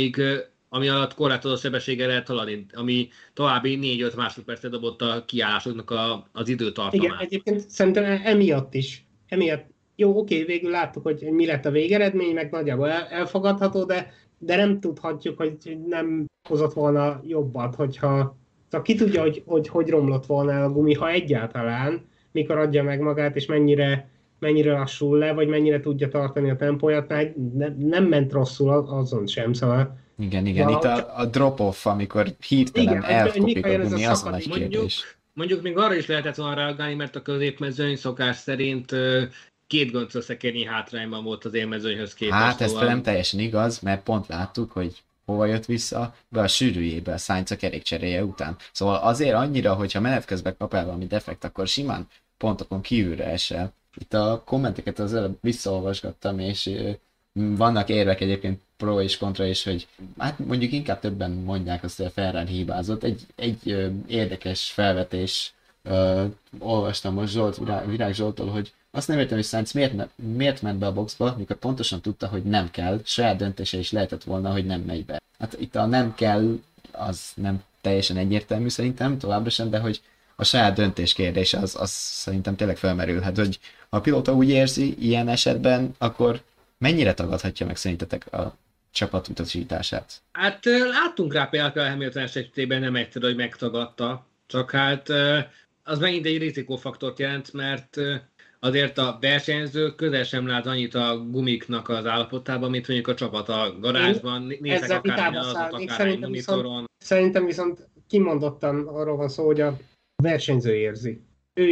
ami alatt korlátozott sebességgel lehet haladni, ami további 4-5 másodpercet dobott a kiállásoknak az időtartamát. Igen, egyébként szerintem emiatt is. Jó, oké, végül láttuk, hogy mi lett a végeredmény, meg nagyjából elfogadható, de nem tudhatjuk, hogy nem hozott volna jobbat, hogyha... Szóval ki tudja, hogy romlott volna el a gumi, ha egyáltalán, mikor adja meg magát, és mennyire lassul le, vagy mennyire tudja tartani a tempóját, mert nem ment rosszul azon sem, szóval... Igen, itt a drop-off, amikor hirtelen elkopik a gumi, az a nagy kérdés. Mondjuk még arra is lehetett volna reagálni, mert a középmezőny szokás szerint 2 göncösszekérnyi hátrányban volt az élmezőnyhöz képest. Hát ez nem teljesen igaz, mert pont láttuk, hogy hova jött vissza, be a sűrűjébe a Sainz a kerékcseréje után. Szóval azért annyira, hogyha menet közben kap el valami defekt, akkor simán pontokon kívülre esel. Itt a kommenteket az előbb visszaolvasgattam, és vannak érvek egyébként pro és kontra is, hogy hát mondjuk inkább többen mondják azt, hogy a Ferrari hibázott. Egy érdekes felvetés olvastam most Virág Zsolttól, hogy azt nem értem, hogy Sainz miért ment be a boxba, mikor pontosan tudta, hogy nem kell, saját döntése is lehetett volna, hogy nem megy be. Hát itt a nem kell, az nem teljesen egyértelmű szerintem, továbbra sem, de hogy a saját döntés kérdése az szerintem tényleg felmerülhet, hogy ha a pilóta úgy érzi ilyen esetben, akkor mennyire tagadhatja meg szerintetek a csapat utasítását? Hát láttunk rá például a Hamilton esetében nem egyszerű, hogy megtagadta, csak hát az megint egy rizikófaktort jelent, mert azért a versenyző közel sem lát annyit a gumiknak az állapotában, mint mondjuk a csapat a garázsban, nézek akár az akár egy monitoron. Szerintem viszont kimondottan arról van szó, hogy a versenyző érzi.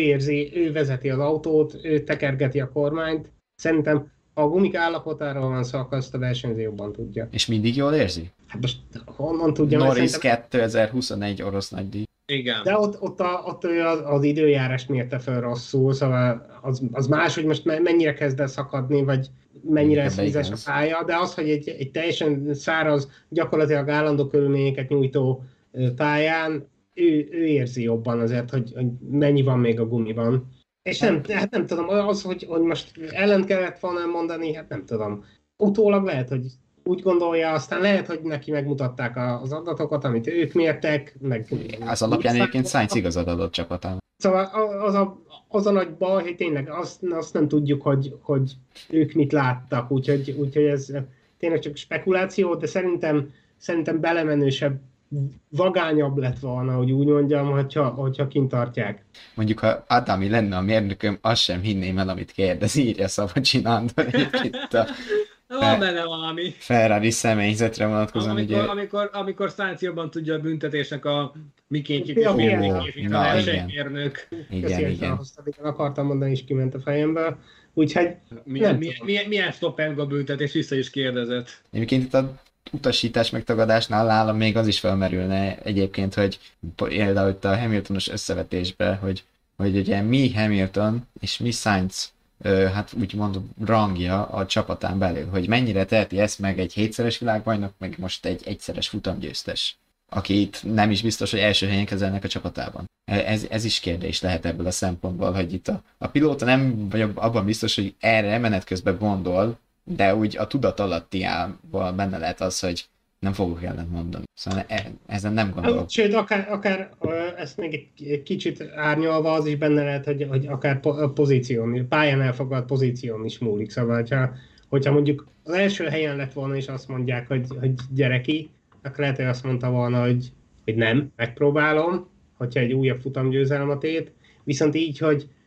Ő vezeti az autót, ő tekergeti a kormányt. Szerintem ha a gumik állapotáról van szó, akkor azt a versenyző jobban tudja. És mindig jól érzi? Hát most honnan tudja? Norris 2021 orosz nagydíj. Igen. De ott ő az időjárást mérte fel rosszul, szóval az más, hogy most mennyire kezd el szakadni, vagy mennyire vizes a pálya, de az, hogy egy teljesen száraz, gyakorlatilag állandó körülményeket nyújtó pályán, ő érzi jobban azért, hogy mennyi van még a gumiban. És nem tudom, az, hogy most ellent kellett volna mondani, hát nem tudom. Utólag lehet, hogy úgy gondolja, aztán lehet, hogy neki megmutatták az adatokat, amit ők mértek, meg... Az alapján egyébként Sainz igazad adott csapatán. Szóval az a nagy baj, hogy tényleg azt nem tudjuk, hogy ők mit láttak, úgyhogy ez tényleg csak spekuláció, de szerintem belemenősebb, vagányabb lett volna, hogy úgy mondjam, hogyha kint tartják. Mondjuk, ha Adami lenne a mérnököm, azt sem hinném el, amit kérdez, írja Szabadsi Nándor egyébként a van benne valami. Ferrari személyzetre vonatkozóan. Amikor Sainz jobban tudja a büntetésnek a mikéntjét, és a versenymérnök. Igen. Akartam mondani, és kiment a fejemből. Úgyhogy milyen stop and go büntetés, vissza is kérdezett. Egyébként itt a utasítás megtagadásnál nálam még az is felmerülne egyébként, hogy például itt a Hamiltonos összevetésbe, hogy ugye mi Hamilton és mi Sainz hát úgy mondom rangja a csapatán belül, hogy mennyire teheti ezt meg egy 7-szeres világbajnok, meg most egy 1-szeres futamgyőztes, aki itt nem is biztos, hogy első helyen kezelnek a csapatában. Ez is kérdés lehet ebből a szempontból, hogy itt a pilóta nem vagy abban biztos, hogy erre menet közben gondol, de úgy a tudat alattiával benne lehet az, hogy nem fogok ellent mondani. Szóval ezen nem gondolok. Sőt, akár ezt még egy kicsit árnyalva az is benne lehet, hogy akár pozíción, pályán elfoglalt pozíción is múlik. Szóval, hogyha mondjuk az első helyen lett volna, és azt mondják, hogy gyereki, akkor lehet, hogy azt mondta volna, hogy nem, megpróbálom, hogyha egy újabb futamgyőzelmet ért. Viszont így, hogy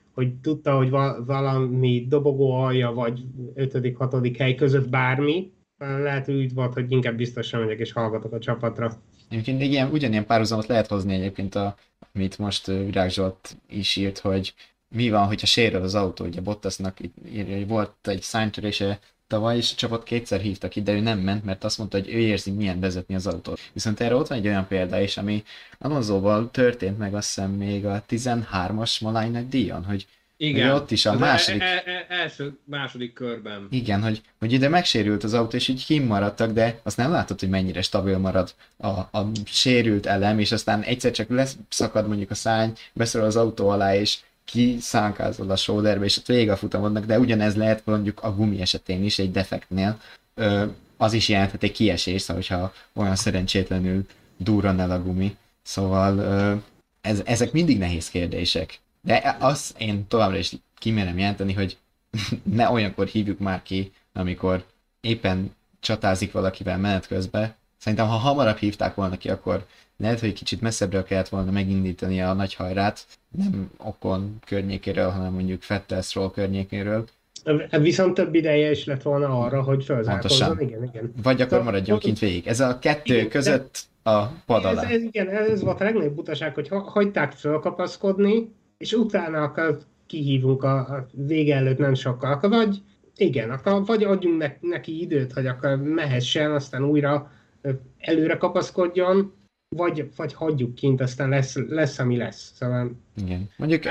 hogy tudta, hogy valami dobogó alja, vagy 5.-6. hely között bármi, lehet úgy volt, hogy inkább biztosan megyek és hallgatok a csapatra. Egyébként ugyanilyen párhuzamot lehet hozni egyébként, amit most Virág Zsolt is írt, hogy mi van, hogyha sérül az autó. Ugye Bottasnak írja, hogy volt egy szánytörése tavaly, és a csapat kétszer hívtak ide, ő nem ment, mert azt mondta, hogy ő érzi, milyen vezetni az autót. Viszont erre ott van egy olyan példa is, ami Alonsóval történt meg, azt hiszem még a 13-as Malány díjon, hogy igen, ott is a második... második körben. Igen, hogy ide megsérült az autó, és így kimaradtak, de azt nem látod, hogy mennyire stabil marad a sérült elem, és aztán egyszer csak leszakad mondjuk a szárny, beszorul az autó alá, és kiszánkázol a shoulderbe, és ott vége a futamodnak, de ugyanez lehet mondjuk a gumi esetén is, egy defektnél. Az is jelenthet egy kiesés, szóval, hogyha olyan szerencsétlenül durran el a gumi. Szóval ezek mindig nehéz kérdések. De azt én továbbra is kimerem jelenteni, hogy ne olyankor hívjuk már ki, amikor éppen csatázik valakivel menet közben. Szerintem, ha hamarabb hívták volna ki, akkor lehet, hogy kicsit messzebbre kellett volna megindítani a nagy hajrát, nem Ocon környékéről, hanem mondjuk Vettel Stroll környékéről. Viszont több ideje is lett volna arra, hogy felzárkózzon. Igen. Vagy akkor maradjon kint végig. Ez a kettő igen, között a pad alá. Ez volt a legnagyobb butaság, hogy hagyták fölkapaszkodni, és utána akkor kihívunk a vége előtt nem sokkal. Akkor vagy adjunk neki időt, hogy akkor mehessen, aztán újra előre kapaszkodjon, vagy hagyjuk kint, aztán lesz ami lesz. Szóval... Igen. Mondjuk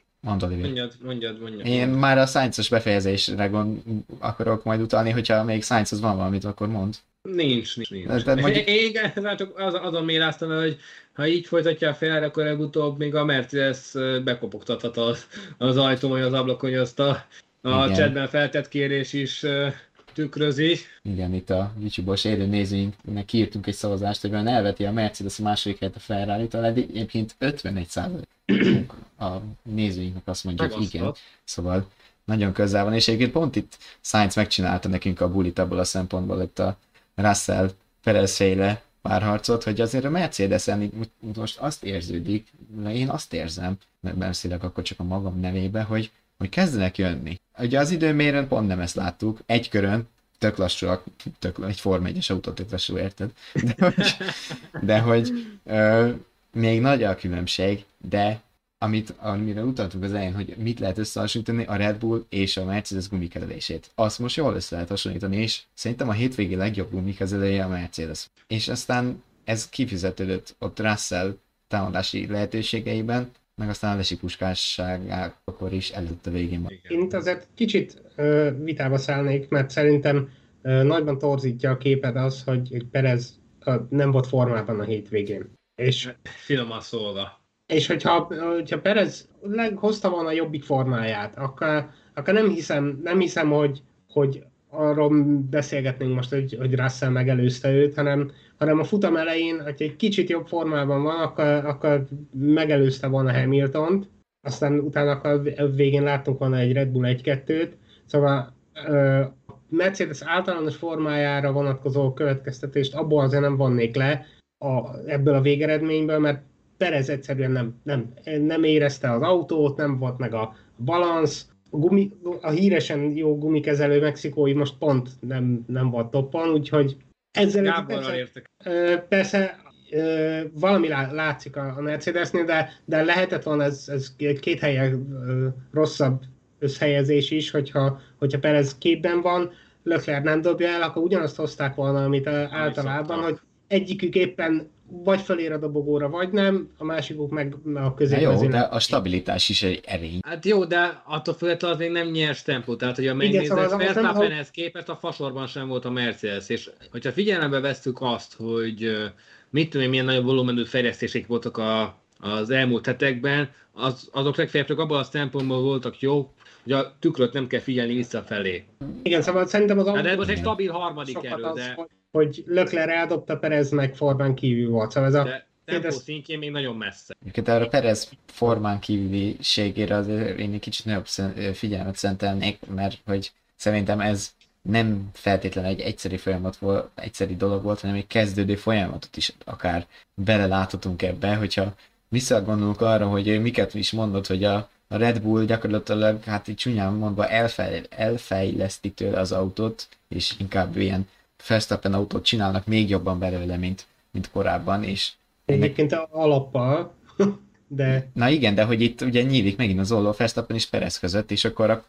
Mondjad. Én már a Sainz-os befejezésre akarok majd utalni, hogyha még Sainzhoz van valamit, akkor mondd. Nincs. Mondjuk... Igen, csak azon méráztam, hogy ha így folytatja a fel, akkor előbb-utóbb még a Mercedes bekopogtathat az ajtón, vagy az ablakon, hogy azt a chatben feltett kérés is tükrözi. Igen, itt a YouTube-os élő nézőinknek kiírtunk egy szavazást, hogy elveti a Mercedes a második helyet a Ferrari-tól, egyébként 51% a nézőinknek azt mondja, hogy igen. Szóval nagyon közel van, és egyébként pont itt Sainz megcsinálta nekünk a bulit abból a szempontból, itt a Russell Perez-féle párharcot, hogy azért a Mercedesen most azt érződik, én azt érzem, mert beszélek akkor csak a magam nevébe, hogy kezdenek jönni. Ugye az időmérőn pont nem ezt láttuk, egy körön, tök lassúak, egy Forma 1-es autó tök lassú, érted? De hogy még nagy a különbség, de amire utaltunk az elején, hogy mit lehet összehasonlítani a Red Bull és a Mercedes gumikezelését. Azt most jól össze lehet hasonlítani, és szerintem a hétvégi legjobb gumikezelője a Mercedes. És aztán ez kifizetődött ott Russell támadási lehetőségeiben, meg aztán a lesipuskásságakor is előtt a végén van. Én itt azért kicsit vitába szállnék, mert szerintem nagyban torzítja a képet az, hogy Perez nem volt formában a hétvégén. És finoman szólva. És hogyha Perez hozta volna a jobbik formáját, akkor nem hiszem, hogy arról beszélgetnénk most, hogy Russell megelőzte őt, hanem a futam elején, hogyha egy kicsit jobb formában van, akkor megelőzte volna Hamiltont, aztán utána akkor végén láttunk volna egy Red Bull 1-2-t, szóval Mercedes általános formájára vonatkozó következtetést abból azért nem vonnék le ebből a végeredményből, mert Perez egyszerűen nem érezte az autót, nem volt meg a balansz, a híresen jó gumikezelő mexikói most pont nem volt toppon, úgyhogy ezzel persze valami látszik a Mercedesnél, de lehetett volna ez két helyen rosszabb összhelyezés is, hogyha Perez képben van, Leclerc nem dobja el, akkor ugyanazt hozták volna, amit általában, hogy egyikük éppen vagy felér a dobogóra, vagy nem, a másikuk meg a középmezőn. Jó, de a stabilitás is egy erény. Hát jó, de attól függetlenül az még nem nyers tempó, tehát hogyha megnézed, Verstappenhez képest a fasorban sem volt a Mercedes, és hogyha figyelembe vesszük azt, hogy mit tudom én, milyen nagyobb volumenű fejlesztések voltak az elmúlt hetekben, azok legfeljebb abban a szempontból voltak jók, hogy a tükröt nem kell figyelni visszafelé. Igen, szóval szerintem az de ez most egy stabil harmadik erő, de... hogy Leclerc eldobta, Perez meg formán kívül volt. Szóval ez de tempó szintjén még nagyon messze. Erre a Perez formán kívüliségére azért én egy kicsit nagyobb figyelmet szentelnék, mert hogy szerintem ez nem feltétlenül egy egyszerű folyamat volt, egyszerű dolog volt, hanem egy kezdődő folyamatot is akár beleláthatunk ebbe, hogyha visszagondolunk arra, hogy miket is mondott, hogy a a Red Bull gyakorlatilag, hát így csúnyán mondva elfejleszti tőle az autót, és inkább ilyen Verstappen autót csinálnak még jobban belőle, mint korábban, és Egyébként alappal, de... Na igen, de hogy itt ugye nyílik megint az olló Verstappen és Perez között, és akkor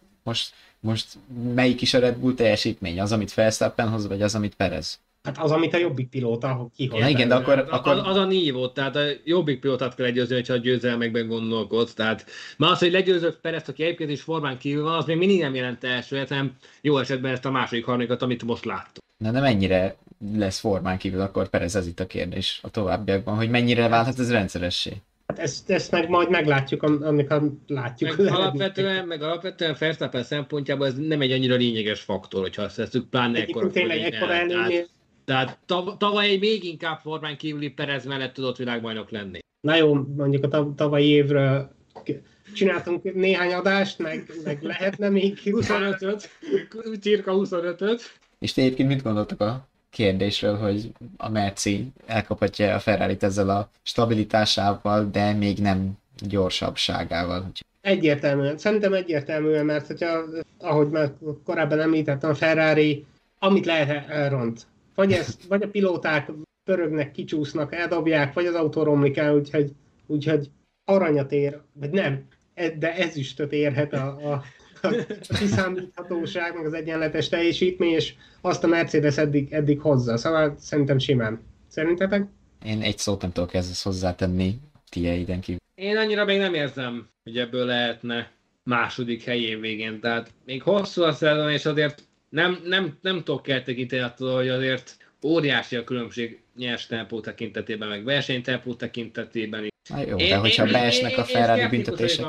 most melyik is a Red Bull teljesítmény? Az, amit Verstappen hoz, vagy az, amit Perez? Hát az, amit a jobbik pilóta kihoz. Na igen, de akkor... Az a nívó, tehát a jobbik pilótát kell legyőzni, hogyha a győzelmekben gondolkodsz. Tehát már az, hogy legyőzök Perezt, aki egyébként is formán kívül van, az még mindig nem jelent elsőt, hanem jó esetben ezt a második harmadikat, amit most láttuk. Na de mennyire lesz formán kívül akkor Perez, ez itt a kérdés a továbbiakban, hogy mennyire válhat ez rendszeressé? Hát ezt meg majd meglátjuk, amikor látjuk. Meg alapvetően Verstappen szempontjából ez nem egy annyira lényeges faktor, hogyha azt tesszük, pláne ekkora előnynél. Tehát tavaly még inkább formán kívüli Perez mellett tudott világbajnok lenni. Na jó, mondjuk a tavalyi évről csináltunk néhány adást, meg lehetne még 25-öt, cirka 25-öt. És ti egyébként mit gondoltak a kérdésről, hogy a Merci elkaphatja a Ferrarit ezzel a stabilitásával, de még nem gyorsabbságával? Egyértelműen. Szerintem egyértelműen, mert hogyha, ahogy már korábban említettem, a Ferrari amit lehet elront. Vagy a pilóták pörögnek, kicsúsznak, eldobják, vagy az autó romlik el, úgyhogy aranyat ér, vagy nem, de ezüstöt érhet a kiszámíthatóság, meg az egyenletes teljesítmény, és azt a Mercedes eddig hozza. Szóval szerintem simán. Szerintetek? Én egy szót nem tudok ehhez hozzátenni tieiden kívül. Én annyira még nem érzem, hogy ebből lehetne második helyén végén. Tehát még hosszú a szezon, és azért nem tudok eltekinteni attól, hogy azért óriási a különbség nyers tempó tekintetében, meg versenytempó tekintetében is. Na jó, de hogyha beesnek a Ferrari büntetések,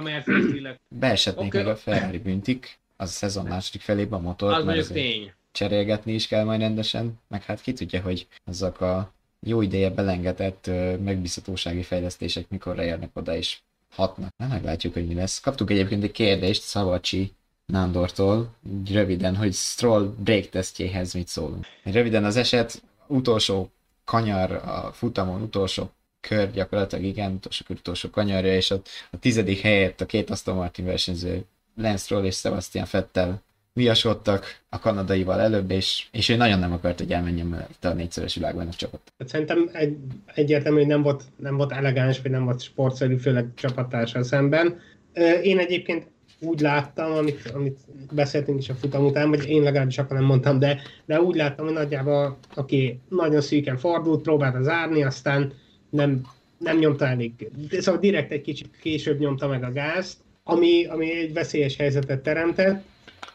beesetnék meg a Ferrari büntik, az a szezon második felében a motort, mert cserélgetni is kell majd rendesen, meg hát ki tudja, hogy azok a jó ideje belengetett megbízhatósági fejlesztések mikorra érnek oda is hatnak. Na, meglátjuk, hogy mi lesz. Kaptuk egyébként egy kérdést Szavacsi Nándortól, röviden, hogy Stroll break tesztjéhez mit szólunk. Röviden az eset, utolsó kanyar a futamon, utolsó kör gyakorlatilag, igen, utolsó kanyarja, és a 10. helyett a két Aston Martin versenyző Lance Stroll és Sebastian Vettel viaskodtak a kanadaival előbb, és ő nagyon nem akart, hogy elmenjen itt a 4-szeres világbajnok csapat. Szerintem egyértelmű, hogy nem volt elegáns, vagy nem volt sportszerű, főleg csapattársal szemben. Én egyébként úgy láttam, amit beszéltünk is a futam után, vagy én legalábbis akkor nem mondtam, de úgy láttam, hogy nagyjából aki nagyon szűken fordult, próbálta zárni, aztán nem nyomta elég. Szóval direkt egy kicsit később nyomta meg a gázt, ami egy veszélyes helyzetet teremtett.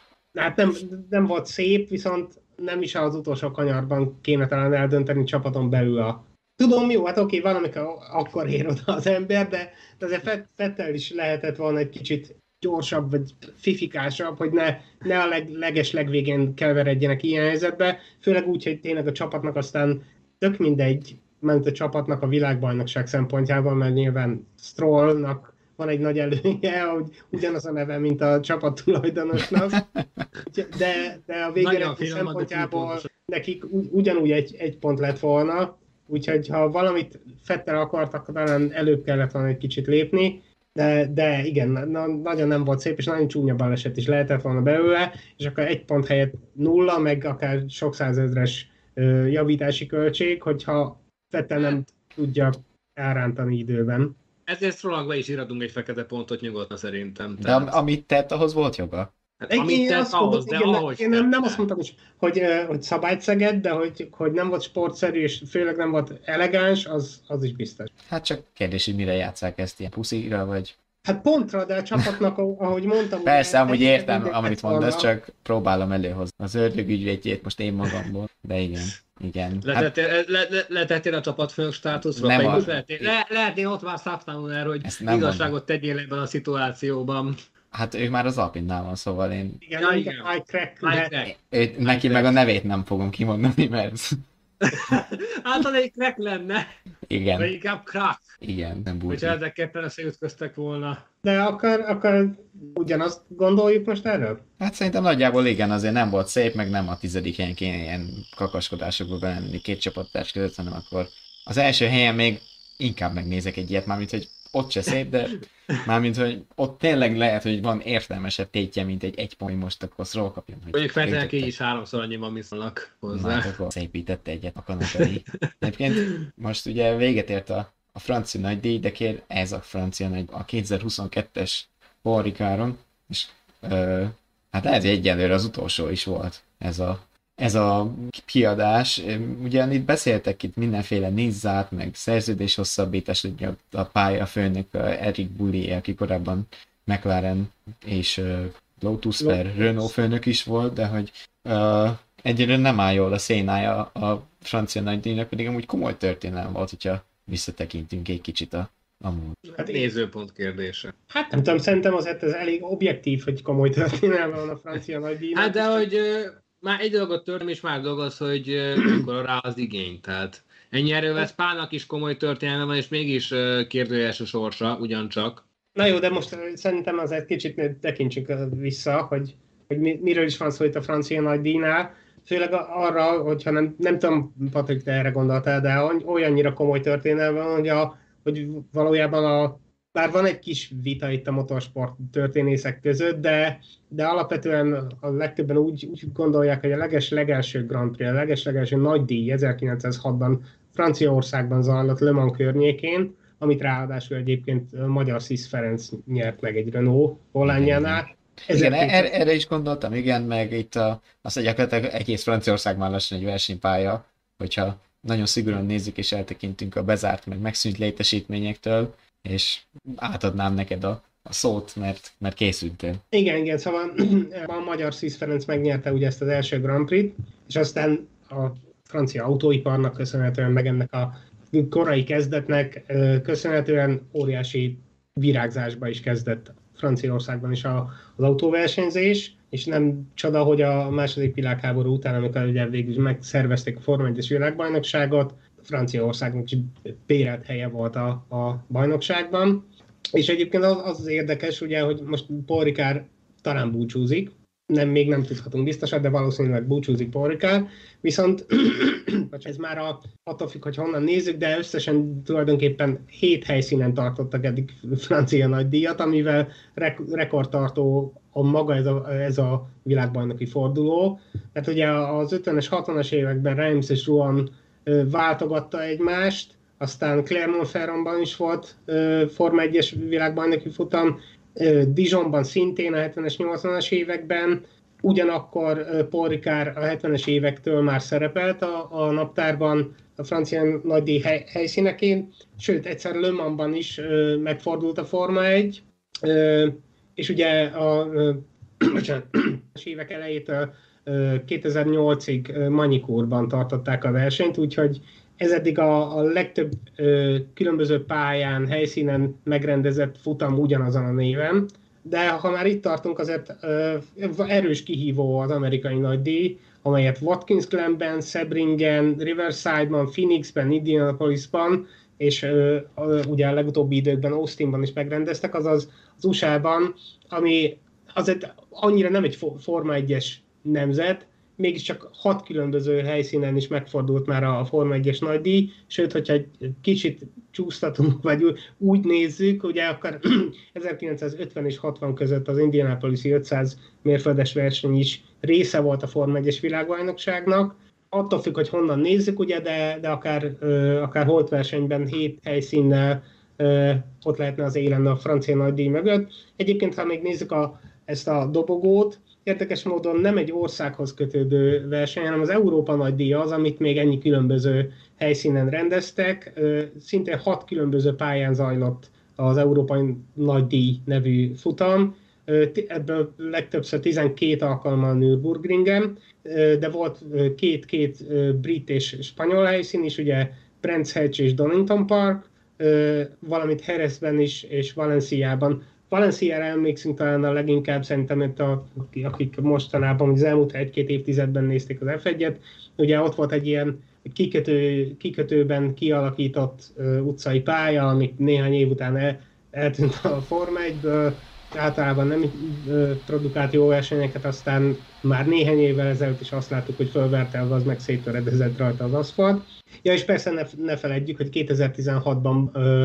Hát nem volt szép, viszont nem is az utolsó kanyarban kéne talán eldönteni csapaton belül Tudom, jó, hát oké, valamikor akkor ér oda az ember, de azért Vettel is lehetett volna egy kicsit gyorsabb, vagy fifikásabb, hogy ne a legvégén keveredjenek ilyen helyzetbe, főleg úgy, hogy tényleg a csapatnak aztán tök mindegy, ment a csapatnak a világbajnokság szempontjából, mert nyilván Strollnak van egy nagy előnye, hogy ugyanaz a neve, mint a csapat tulajdonosnak, de a végeredmény szempontjából nekik ugyanúgy egy pont lett volna, úgyhogy ha valamit Vettel akartak, talán előbb kellett volna egy kicsit lépni, de igen, nagyon nem volt szép, és nagyon csúnya baleset is lehetett volna belőle, és akkor egy pont helyett 0, meg akár sok százezres javítási költség, hogyha Vettel nem tudja elrántani időben. Ezért Strollnak be is írhatunk egy fekete pontot nyugodtan szerintem. De amit tett, ahhoz volt joga. Hát, amit tett, ahhoz, de ahogy én nem azt mondtam, hogy szabályt szegett, de hogy nem volt sportszerű, és főleg nem volt elegáns, az is biztos. Hát csak kérdés, hogy mire játsszák ezt, ilyen puszira, vagy... Hát pontra, de a csapatnak, ahogy mondtam... Persze, amúgy értem, amit mondasz, csak próbálom előhozni. Az ördög ügyvédjét most én magamból, de igen. Letettél a csapatfőnök státuszra? Nem most lehetnél ott már Szafnauer, hogy igazságot tegyél ebben a szituációban. Hát ő már az Alpinnál van, szóval én... Igen. Neki meg a nevét nem fogom kimondani, mert... Hát az egy crack lenne. Igen. Vagy inkább crack. Igen, nem burgi. Hogyha ezekkel összeütköztek volna. De akkor ugyanazt gondoljuk most erről? Hát szerintem nagyjából igen, azért nem volt szép, meg nem a 10. helyen kéne ilyen kakaskodásokba belenni két csapattárs között, hanem akkor az első helyen még inkább megnézek egy ilyet, mármint, hogy ott se szép, de mármint, hogy ott tényleg lehet, hogy van értelmesebb tétje, mint egy pont, most akkor szról kapjon. Mondjuk Fettelnek így is 3-szor annyiban viszonylag hozzá. Már akkor szépítette egyet a kanadai. Egyébként most ugye véget ért a francia nagydíj, de ez a francia nagy, a 2022-es Paul Ricardon, és hát lehet, hogy egyelőre az utolsó is volt ez a kiadás. Ugyan itt beszéltek itt mindenféle nizzát, meg szerződés hosszabbítás, ugye a pályafőnök Eric Boullier, aki korábban McLaren és Lotus per Renault főnök is volt, de hogy egyelőre nem áll jól a szénája a francia nagydíjnak, pedig amúgy komoly történelem volt, hogyha visszatekintünk egy kicsit a múlt. Hát nézőpont kérdése. Hát nem tudom, szerintem azért ez elég objektív, hogy komoly történelme van a francia nagydíjnak. Hát de hogy már egy dolgot történt, és más dolog az, hogy akkor rá az igény. Tehát ennyi erővel Spának is komoly történelme van, és mégis kérdőjeles a sorsa, ugyancsak. Na jó, de most szerintem azért kicsit tekintsük vissza, hogy miről is van szó itt a francia nagydíjnál. Főleg arra, hogyha nem tudom, Patrik, te erre gondoltál, de olyannyira komoly történelme van, hogy valójában bár van egy kis vita itt a motorsport történészek között, de alapvetően a legtöbben úgy gondolják, hogy a legelső Grand Prix, a legelső nagy díj 1906-ban Franciaországban zajlott Le Mans környékén, amit ráadásul egyébként magyar Sis Ferenc nyert meg egy Renault volánjánál. Igen, erre is gondoltam, igen, meg itt azt gyakorlatilag egész Franciaország már lassan egy versenypálya, hogyha nagyon szigorúan nézzük és eltekintünk a bezárt, meg megszűnt létesítményektől, és átadnám neked a szót, mert készültél. Igen, szóval a magyar Sis Ferenc megnyerte ugye ezt az első Grand Prix-t, és aztán a francia autóiparnak köszönhetően, meg ennek a korai kezdetnek köszönhetően óriási virágzásba is kezdett Franciaországban is az autóversenyzés, és nem csoda, hogy a második világháború után, amikor ugye végül is megszervezték a Forma 1-es világbajnokságot, Franciaországnak is bérelt helye volt a bajnokságban. És egyébként az érdekes, ugye, hogy most Paul Ricard talán búcsúzik, még nem tudhatunk biztosan, de valószínűleg búcsúzik Paul Ricard, viszont ez már attól függ, hogy honnan nézzük, de összesen tulajdonképpen 7 helyszínen tartottak eddig francia nagydíjat, amivel rekordtartó a maga ez a világbajnoki forduló. Tehát ugye az 50-es, 60-as években Reims és Rouen váltogatta egymást, aztán Clermont-Ferrandban is volt Forma 1-es világbajnoki futam, Dijonban szintén a 70-es, 80-as években, ugyanakkor Paul Ricard a 70-es évektől már szerepelt a naptárban a francia nagydíj helyszínekén, sőt egyszer Le Mansban is megfordult a Forma 1, és ugye a évek elejétől 2008-ig Magny-Courban tartották a versenyt, úgyhogy ez eddig a legtöbb különböző pályán, helyszínen megrendezett futam ugyanazon a néven, de ha már itt tartunk, azért erős kihívó az amerikai nagydíj, amelyet Watkins Glenben, Sebringen, Riverside-ban, Phoenixben, Indianapolisban, és ugye a legutóbbi időkben Austinban is megrendeztek, azaz az USA-ban, ami azért annyira nem egy Forma 1-es nemzet, mégiscsak 6 különböző helyszínen is megfordult már a Forma 1-es nagydíj, sőt, hogyha egy kicsit csúsztatunk, vagy úgy nézzük, ugye akkor 1950 és 60 között az Indianapolis-i 500 mérföldes verseny is része volt a Forma 1-es világbajnokságnak. Attól függ, hogy honnan nézzük, ugye, de akár holt versenyben 7 helyszínnel ott lehetne az élen a francia nagydíj mögött. Egyébként, ha még nézzük ezt a dobogót, érdekes módon nem egy országhoz kötődő verseny, hanem az Európa nagydíj az, amit még ennyi különböző helyszínen rendeztek. Szintén 6 különböző pályán zajlott az Európai Nagydíj nevű futam. Ebből legtöbbször 12 alkalommal Nürburgringen, de volt két brit és spanyol helyszín is, ugye Brands Hatch és Donington Park, valamint Jerezben is és Valenciában. Valenciára emlékszünk talán a leginkább, szerintem akik mostanában, az elmúlt 1-2 évtizedben nézték az F1-et, ugye ott volt egy ilyen kikötőben kialakított utcai pálya, amit néhány év után eltűnt a Forma 1-ből, általában nem produkált jó versenyeket, aztán már néhány évvel ezelőtt is azt láttuk, hogy fölvertelve az meg széttöredezett rajta az aszfalt. Ja, és persze ne feledjük, hogy 2016-ban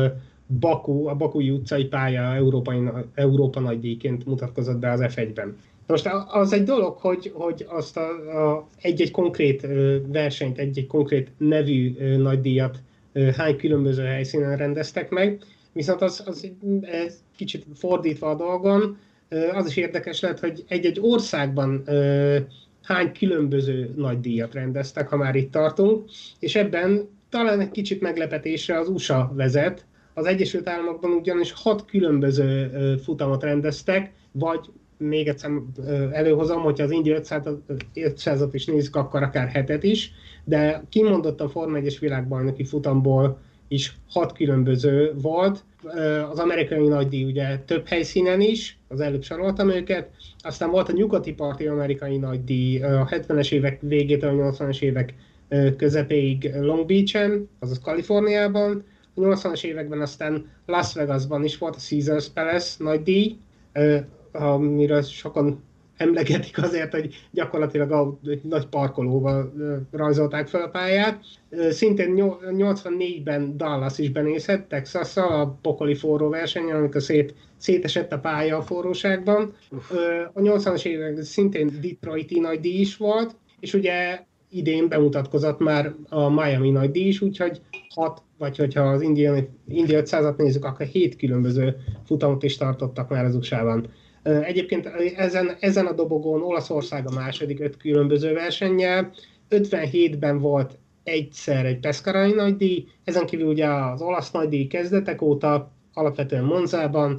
a Bakui utcai pálya Európa nagydíjként mutatkozott be az F1-ben. Most az egy dolog, hogy azt egy-egy konkrét versenyt, egy-egy konkrét nevű nagydíjat hány különböző helyszínen rendeztek meg, viszont az kicsit fordítva a dolgon, az is érdekes lehet, hogy egy-egy országban hány különböző nagydíjat rendeztek, ha már itt tartunk, és ebben talán egy kicsit meglepetésre az USA vezet. Az Egyesült Államokban ugyanis 6 különböző futamot rendeztek, vagy még egyszer előhozom, hogyha az Indy 500-at is nézzük, akkor akár 7-et is, de kimondottan Forma 1-es világbajnoki futamból is 6 különböző volt. Az amerikai nagydíj ugye több helyszínen is, az előbb soroltam őket, aztán volt a nyugati parti amerikai nagydíj a 70-es évek végétől a 80-as évek közepéig Long Beach-en, azaz Kaliforniában, a 80-as években aztán Las Vegasban is volt a Caesars Palace nagydíj, amiről sokan emlegetik azért, hogy gyakorlatilag egy nagy parkolóval rajzolták fel a pályát. Szintén 84-ben Dallas is benézett, Texasszal, a pokoli forró versenyen, amikor szétesett a pálya a forróságban. A 80-as években szintén Detroiti nagydíj is volt, és ugye idén bemutatkozott már a Miami nagydíj is, úgyhogy 6, vagy hogyha az Indy 500-at nézzük, akkor 7 különböző futamot is tartottak már az USA-ban. Egyébként ezen a dobogón Olaszország a második 5 különböző versennyel, 57-ben volt egyszer egy Pescarai nagydíj, ezen kívül ugye az olasz nagydíj kezdetek óta, alapvetően Monzában,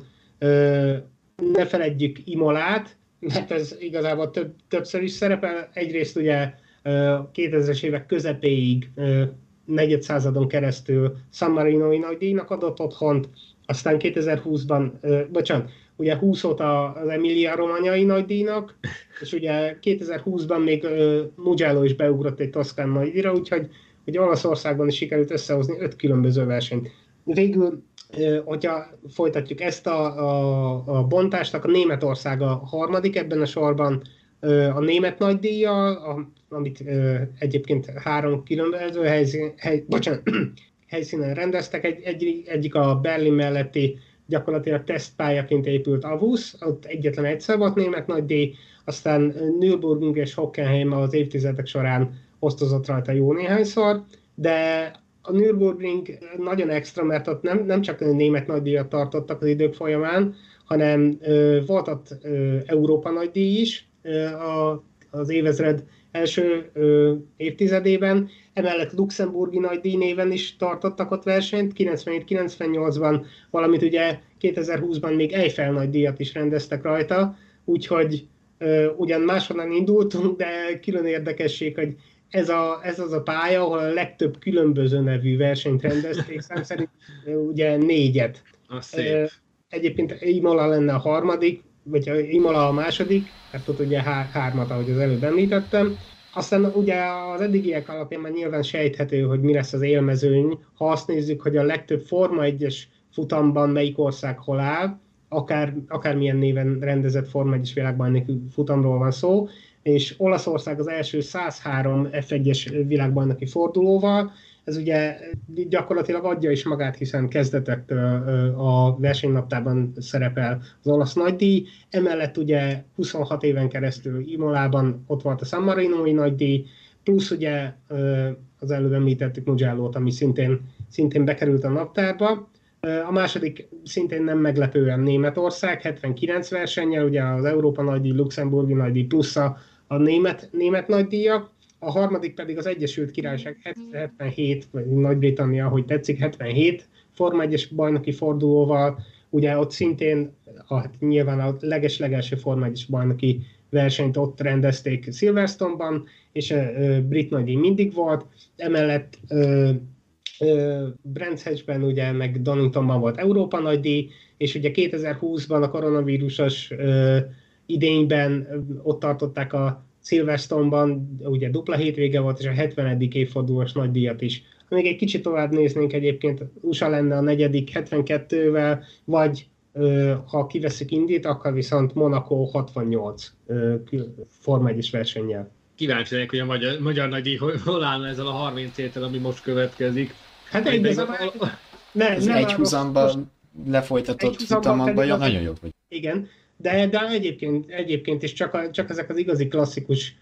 ne feledjük Imolát, mert ez igazából többször is szerepel, egyrészt ugye 2000-es évek közepéig negyed századon keresztül San Marinoi nagydíjnak adott otthont, aztán 2020-ban, ugye 20 óta az Emilia Romagnai nagydíjnak, és ugye 2020-ban még Mugello is beugrott egy Toszkán nagydíjra, úgyhogy Olaszországban is sikerült összehozni 5 különböző versenyt. Végül, hogyha folytatjuk ezt a bontást, akkor Németország a harmadik ebben a sorban, a német nagydíjjal, amit egyébként 3 különböző helyszínen rendeztek, egyik a Berlin melletti gyakorlatilag tesztpályaként épült Avus, ott egyetlen egyszer volt német nagydíj, aztán Nürburgring és Hockenheim az évtizedek során osztozott rajta jó néhányszor, de a Nürburgring nagyon extra, mert ott nem csak német nagydíjat tartottak az idők folyamán, hanem volt ott Európa nagydíj is az évezred első évtizedében, emellett luxemburgi nagydíj néven is tartottak ott versenyt, 97-98-ban, valamint ugye 2020-ban még Eiffel nagydíjat is rendeztek rajta, úgyhogy ugyan máshonnan indultunk, de külön érdekesség, hogy ez az a pálya, ahol a legtöbb különböző nevű versenyt rendezték, szám szerint ugye 4-et. Egyébként Imola lenne a harmadik, vagy Imola a második, tehát ott ugye 3-at, ahogy az előbb említettem. Aztán ugye az eddigiek alapján már nyilván sejthető, hogy mi lesz az élmezőny, ha azt nézzük, hogy a legtöbb Forma 1-es futamban melyik ország hol áll, akármilyen néven rendezett Forma 1-es világbajnoki futamról van szó, és Olaszország az első 103 F1-es világbajnoki fordulóval, ez ugye gyakorlatilag adja is magát, hiszen kezdetektől a versenynaptárban szerepel az olasz nagydíj, emellett ugye 26 éven keresztül Imolában ott volt a San Marinoi nagydíj, plusz ugye az előbb említettük Mugello-t, ami szintén bekerült a naptárba. A második szintén nem meglepően Németország, 79 versennyel, ugye az Európa nagydíj, Luxemburgi nagydíj plusz a német nagydíjak. A harmadik pedig az Egyesült Királyság 77, vagy Nagy-Britannia, ahogy tetszik, 77 Forma 1-es bajnoki fordulóval, ugye ott szintén nyilván a leges-legelső Forma 1-es bajnoki versenyt ott rendezték Silverstone-ban, és brit nagydíj mindig volt, emellett Brands Hatchben ugye meg Doningtonban volt Európa nagydíj, és ugye 2020-ban a koronavírusos idényben ott tartották a Silverstone-ban, ugye dupla hétvége volt, és a 70. évfordulós nagydíjat is. Még egy kicsit tovább néznénk egyébként, USA lenne a negyedik 72-vel, vagy ha kiveszünk Indit, akkor viszont Monaco 68 Forma 1-es versennyel. Kíváncsi vagyok, hogy a magyar nagydíj hol állna ezzel a 30 héttel, ami most következik. Hát Az Nem egy áll húzamban lefolytatott egy húzamban futamokban pedig nagyon jó vagy. Igen, de egyébként is csak ezek az igazi klasszikus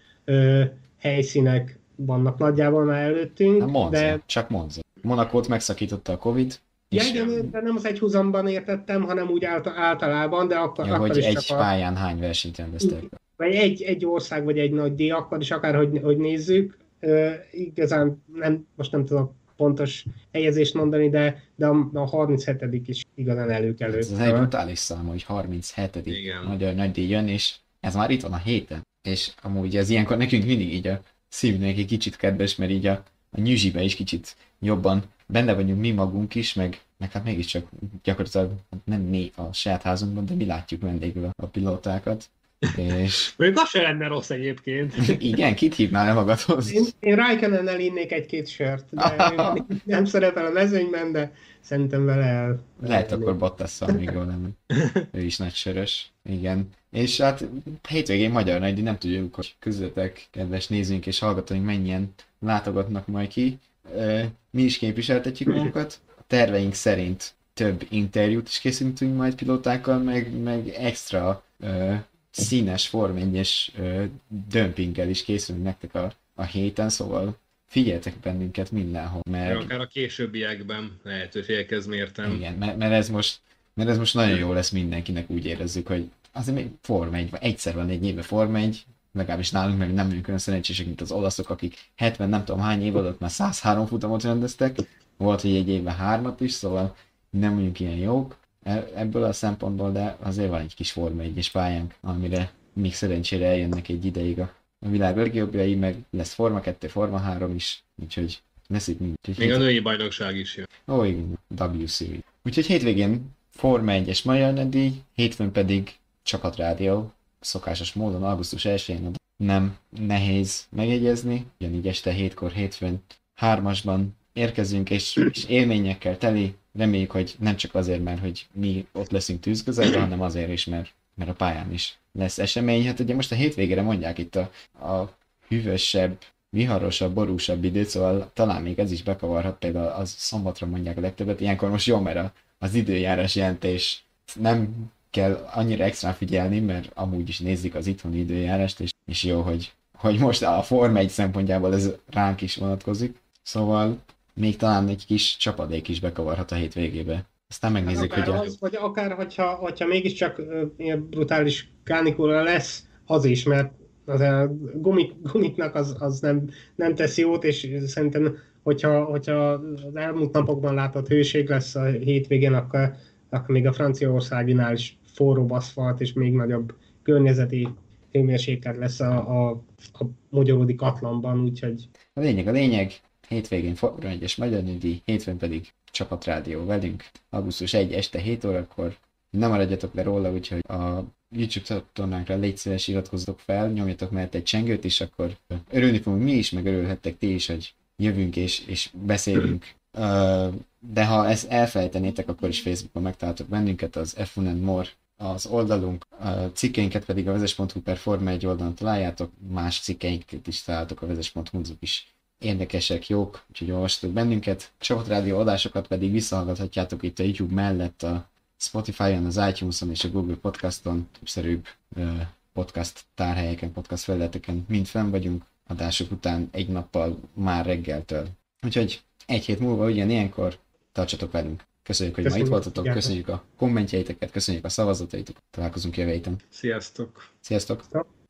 helyszínek vannak nagyjából már előttünk. Hát Monza, de csak Monza. Monakót megszakította a Covid. ja, És igen, de nem az egy húzamban értettem, hanem úgy általában, de akkor hogy is egy csak pályán hány versenyt rendeztek. vagy egy ország, vagy egy nagy díj, akkor is hogy nézzük. Igazán most nem tudok pontos helyezést mondani, de a 37. is igazán előkelő. Ez egy brutális szám, hogy 37. Igen. magyar nagydíj jön, és ez már itt van a héten. És amúgy ez ilyenkor nekünk mindig így a szívnek egy kicsit kedves, mert így a nyüzsibe is kicsit jobban benne vagyunk mi magunk is, meg hát mégiscsak gyakorlatilag nem mi a saját házunkban, de mi látjuk vendégül a pilótákat. És Mondjuk az se lenne rossz egyébként. igen, kit hívnál le magadhoz? Én Raikkonennel innék egy-két sört, de nem szerepel a mezőnyben, de szerintem vele el. Lehet akkor Bottasszal még jól lenni. Ő is nagy sörös. Igen. És hát hétvégén magyar nagydíj, nem tudjuk, hogy közöttek, kedves nézőink és hallgatóink mennyien látogatnak majd ki. Mi is képviseltetjük magunkat. A terveink szerint több interjút is készítünk majd pilótákkal, meg extra színes Form 1-es dömpinggel is készülünk nektek a héten, szóval figyeljetek bennünket mindenhol, mert... Akár a későbbiekben lehetőségekhez mértem. Igen, mert ez most nagyon jó lesz mindenkinek, úgy érezzük, hogy azért még Form 1, vagy egyszer van egy éve Form 1, legalábbis nálunk, mert nem vagyunk olyan szerencsések, mint az olaszok, akik 70 nem tudom hány év alatt már 103 futamot rendeztek, volt, hogy egy évben 3-at is, szóval nem vagyunk ilyen jók ebből a szempontból, de azért van egy kis Forma 1-es pályánk, amire még szerencsére eljönnek egy ideig a világ legjobbjai, meg lesz Forma 2, Forma 3 is, úgyhogy lesz itt mind. Még a női bajnokság is jön. Ó, igen, W Series. Úgyhogy hétvégén Forma 1-es magyar nagydíj, hétfőn pedig csapatrádió, szokásos módon augusztus 1-én nem nehéz megjegyezni, ugyanígy este 7-kor hétfőn 3-asban érkezünk, és élményekkel teli. Reméljük, hogy nem csak azért, mert hogy mi ott leszünk tűz közelben, hanem azért is, mert a pályán is lesz esemény. Hát ugye most a hétvégére mondják itt a hűvösebb, viharosabb, borúsabb időt, szóval talán még ez is bekavarhat, például az szombatra mondják a legtöbbet. Ilyenkor most jó, mert az időjárás jelentés nem kell annyira extra figyelni, mert amúgy is nézzük az itthoni időjárást, és jó, hogy most a Forma 1 szempontjából ez ránk is vonatkozik. Szóval még talán egy kis csapadék is bekavarhat a hétvégébe. Aztán megnézzük, vagy akár, hogyha mégiscsak ilyen brutális kánikula lesz, az is, mert az a gumiknak az nem tesz jót, és szerintem, hogyha az elmúlt napokban látott hőség lesz a hétvégén, akkor még a Franciaországinál is forróbb aszfalt, és még nagyobb környezeti hőmérséklet lesz a Magyaródi Katlanban, úgyhogy... A lényeg, hétvégén Forma 1-es magyar nagydíj, hétfőn pedig csapatrádió velünk, augusztus 1 este 7 órakor. Nem maradjatok le róla, úgyhogy a YouTube csatornánkra légy szíves, iratkozzatok fel, nyomjatok mellett egy csengőt, és akkor örülni fogunk mi is, meg örülhettek ti is, hogy jövünk és beszélünk. De ha ezt elfelejtenétek, akkor is Facebookon megtaláltok bennünket, az F1 and More az oldalunk, a cikkeinket pedig a vezes.hu/Forma 1 oldalon találjátok, más cikkeinket is találtok a vezes.hu, azok is érdekesek, jók, úgyhogy olvassatok bennünket. Csapatrádió adásokat pedig visszahallgathatjátok itt a YouTube mellett, a Spotify-on, az iTunes-on és a Google Podcaston, többszerűbb podcast tárhelyeken, podcast felületeken mind fenn vagyunk, adások után egy nappal már reggeltől. Úgyhogy egy hét múlva ilyenkor tartsatok velünk. Köszönjük, hogy ma itt voltatok, köszönjük a kommentjeiteket, köszönjük a szavazataitokat, találkozunk jövő héten. Sziasztok! Sziasztok!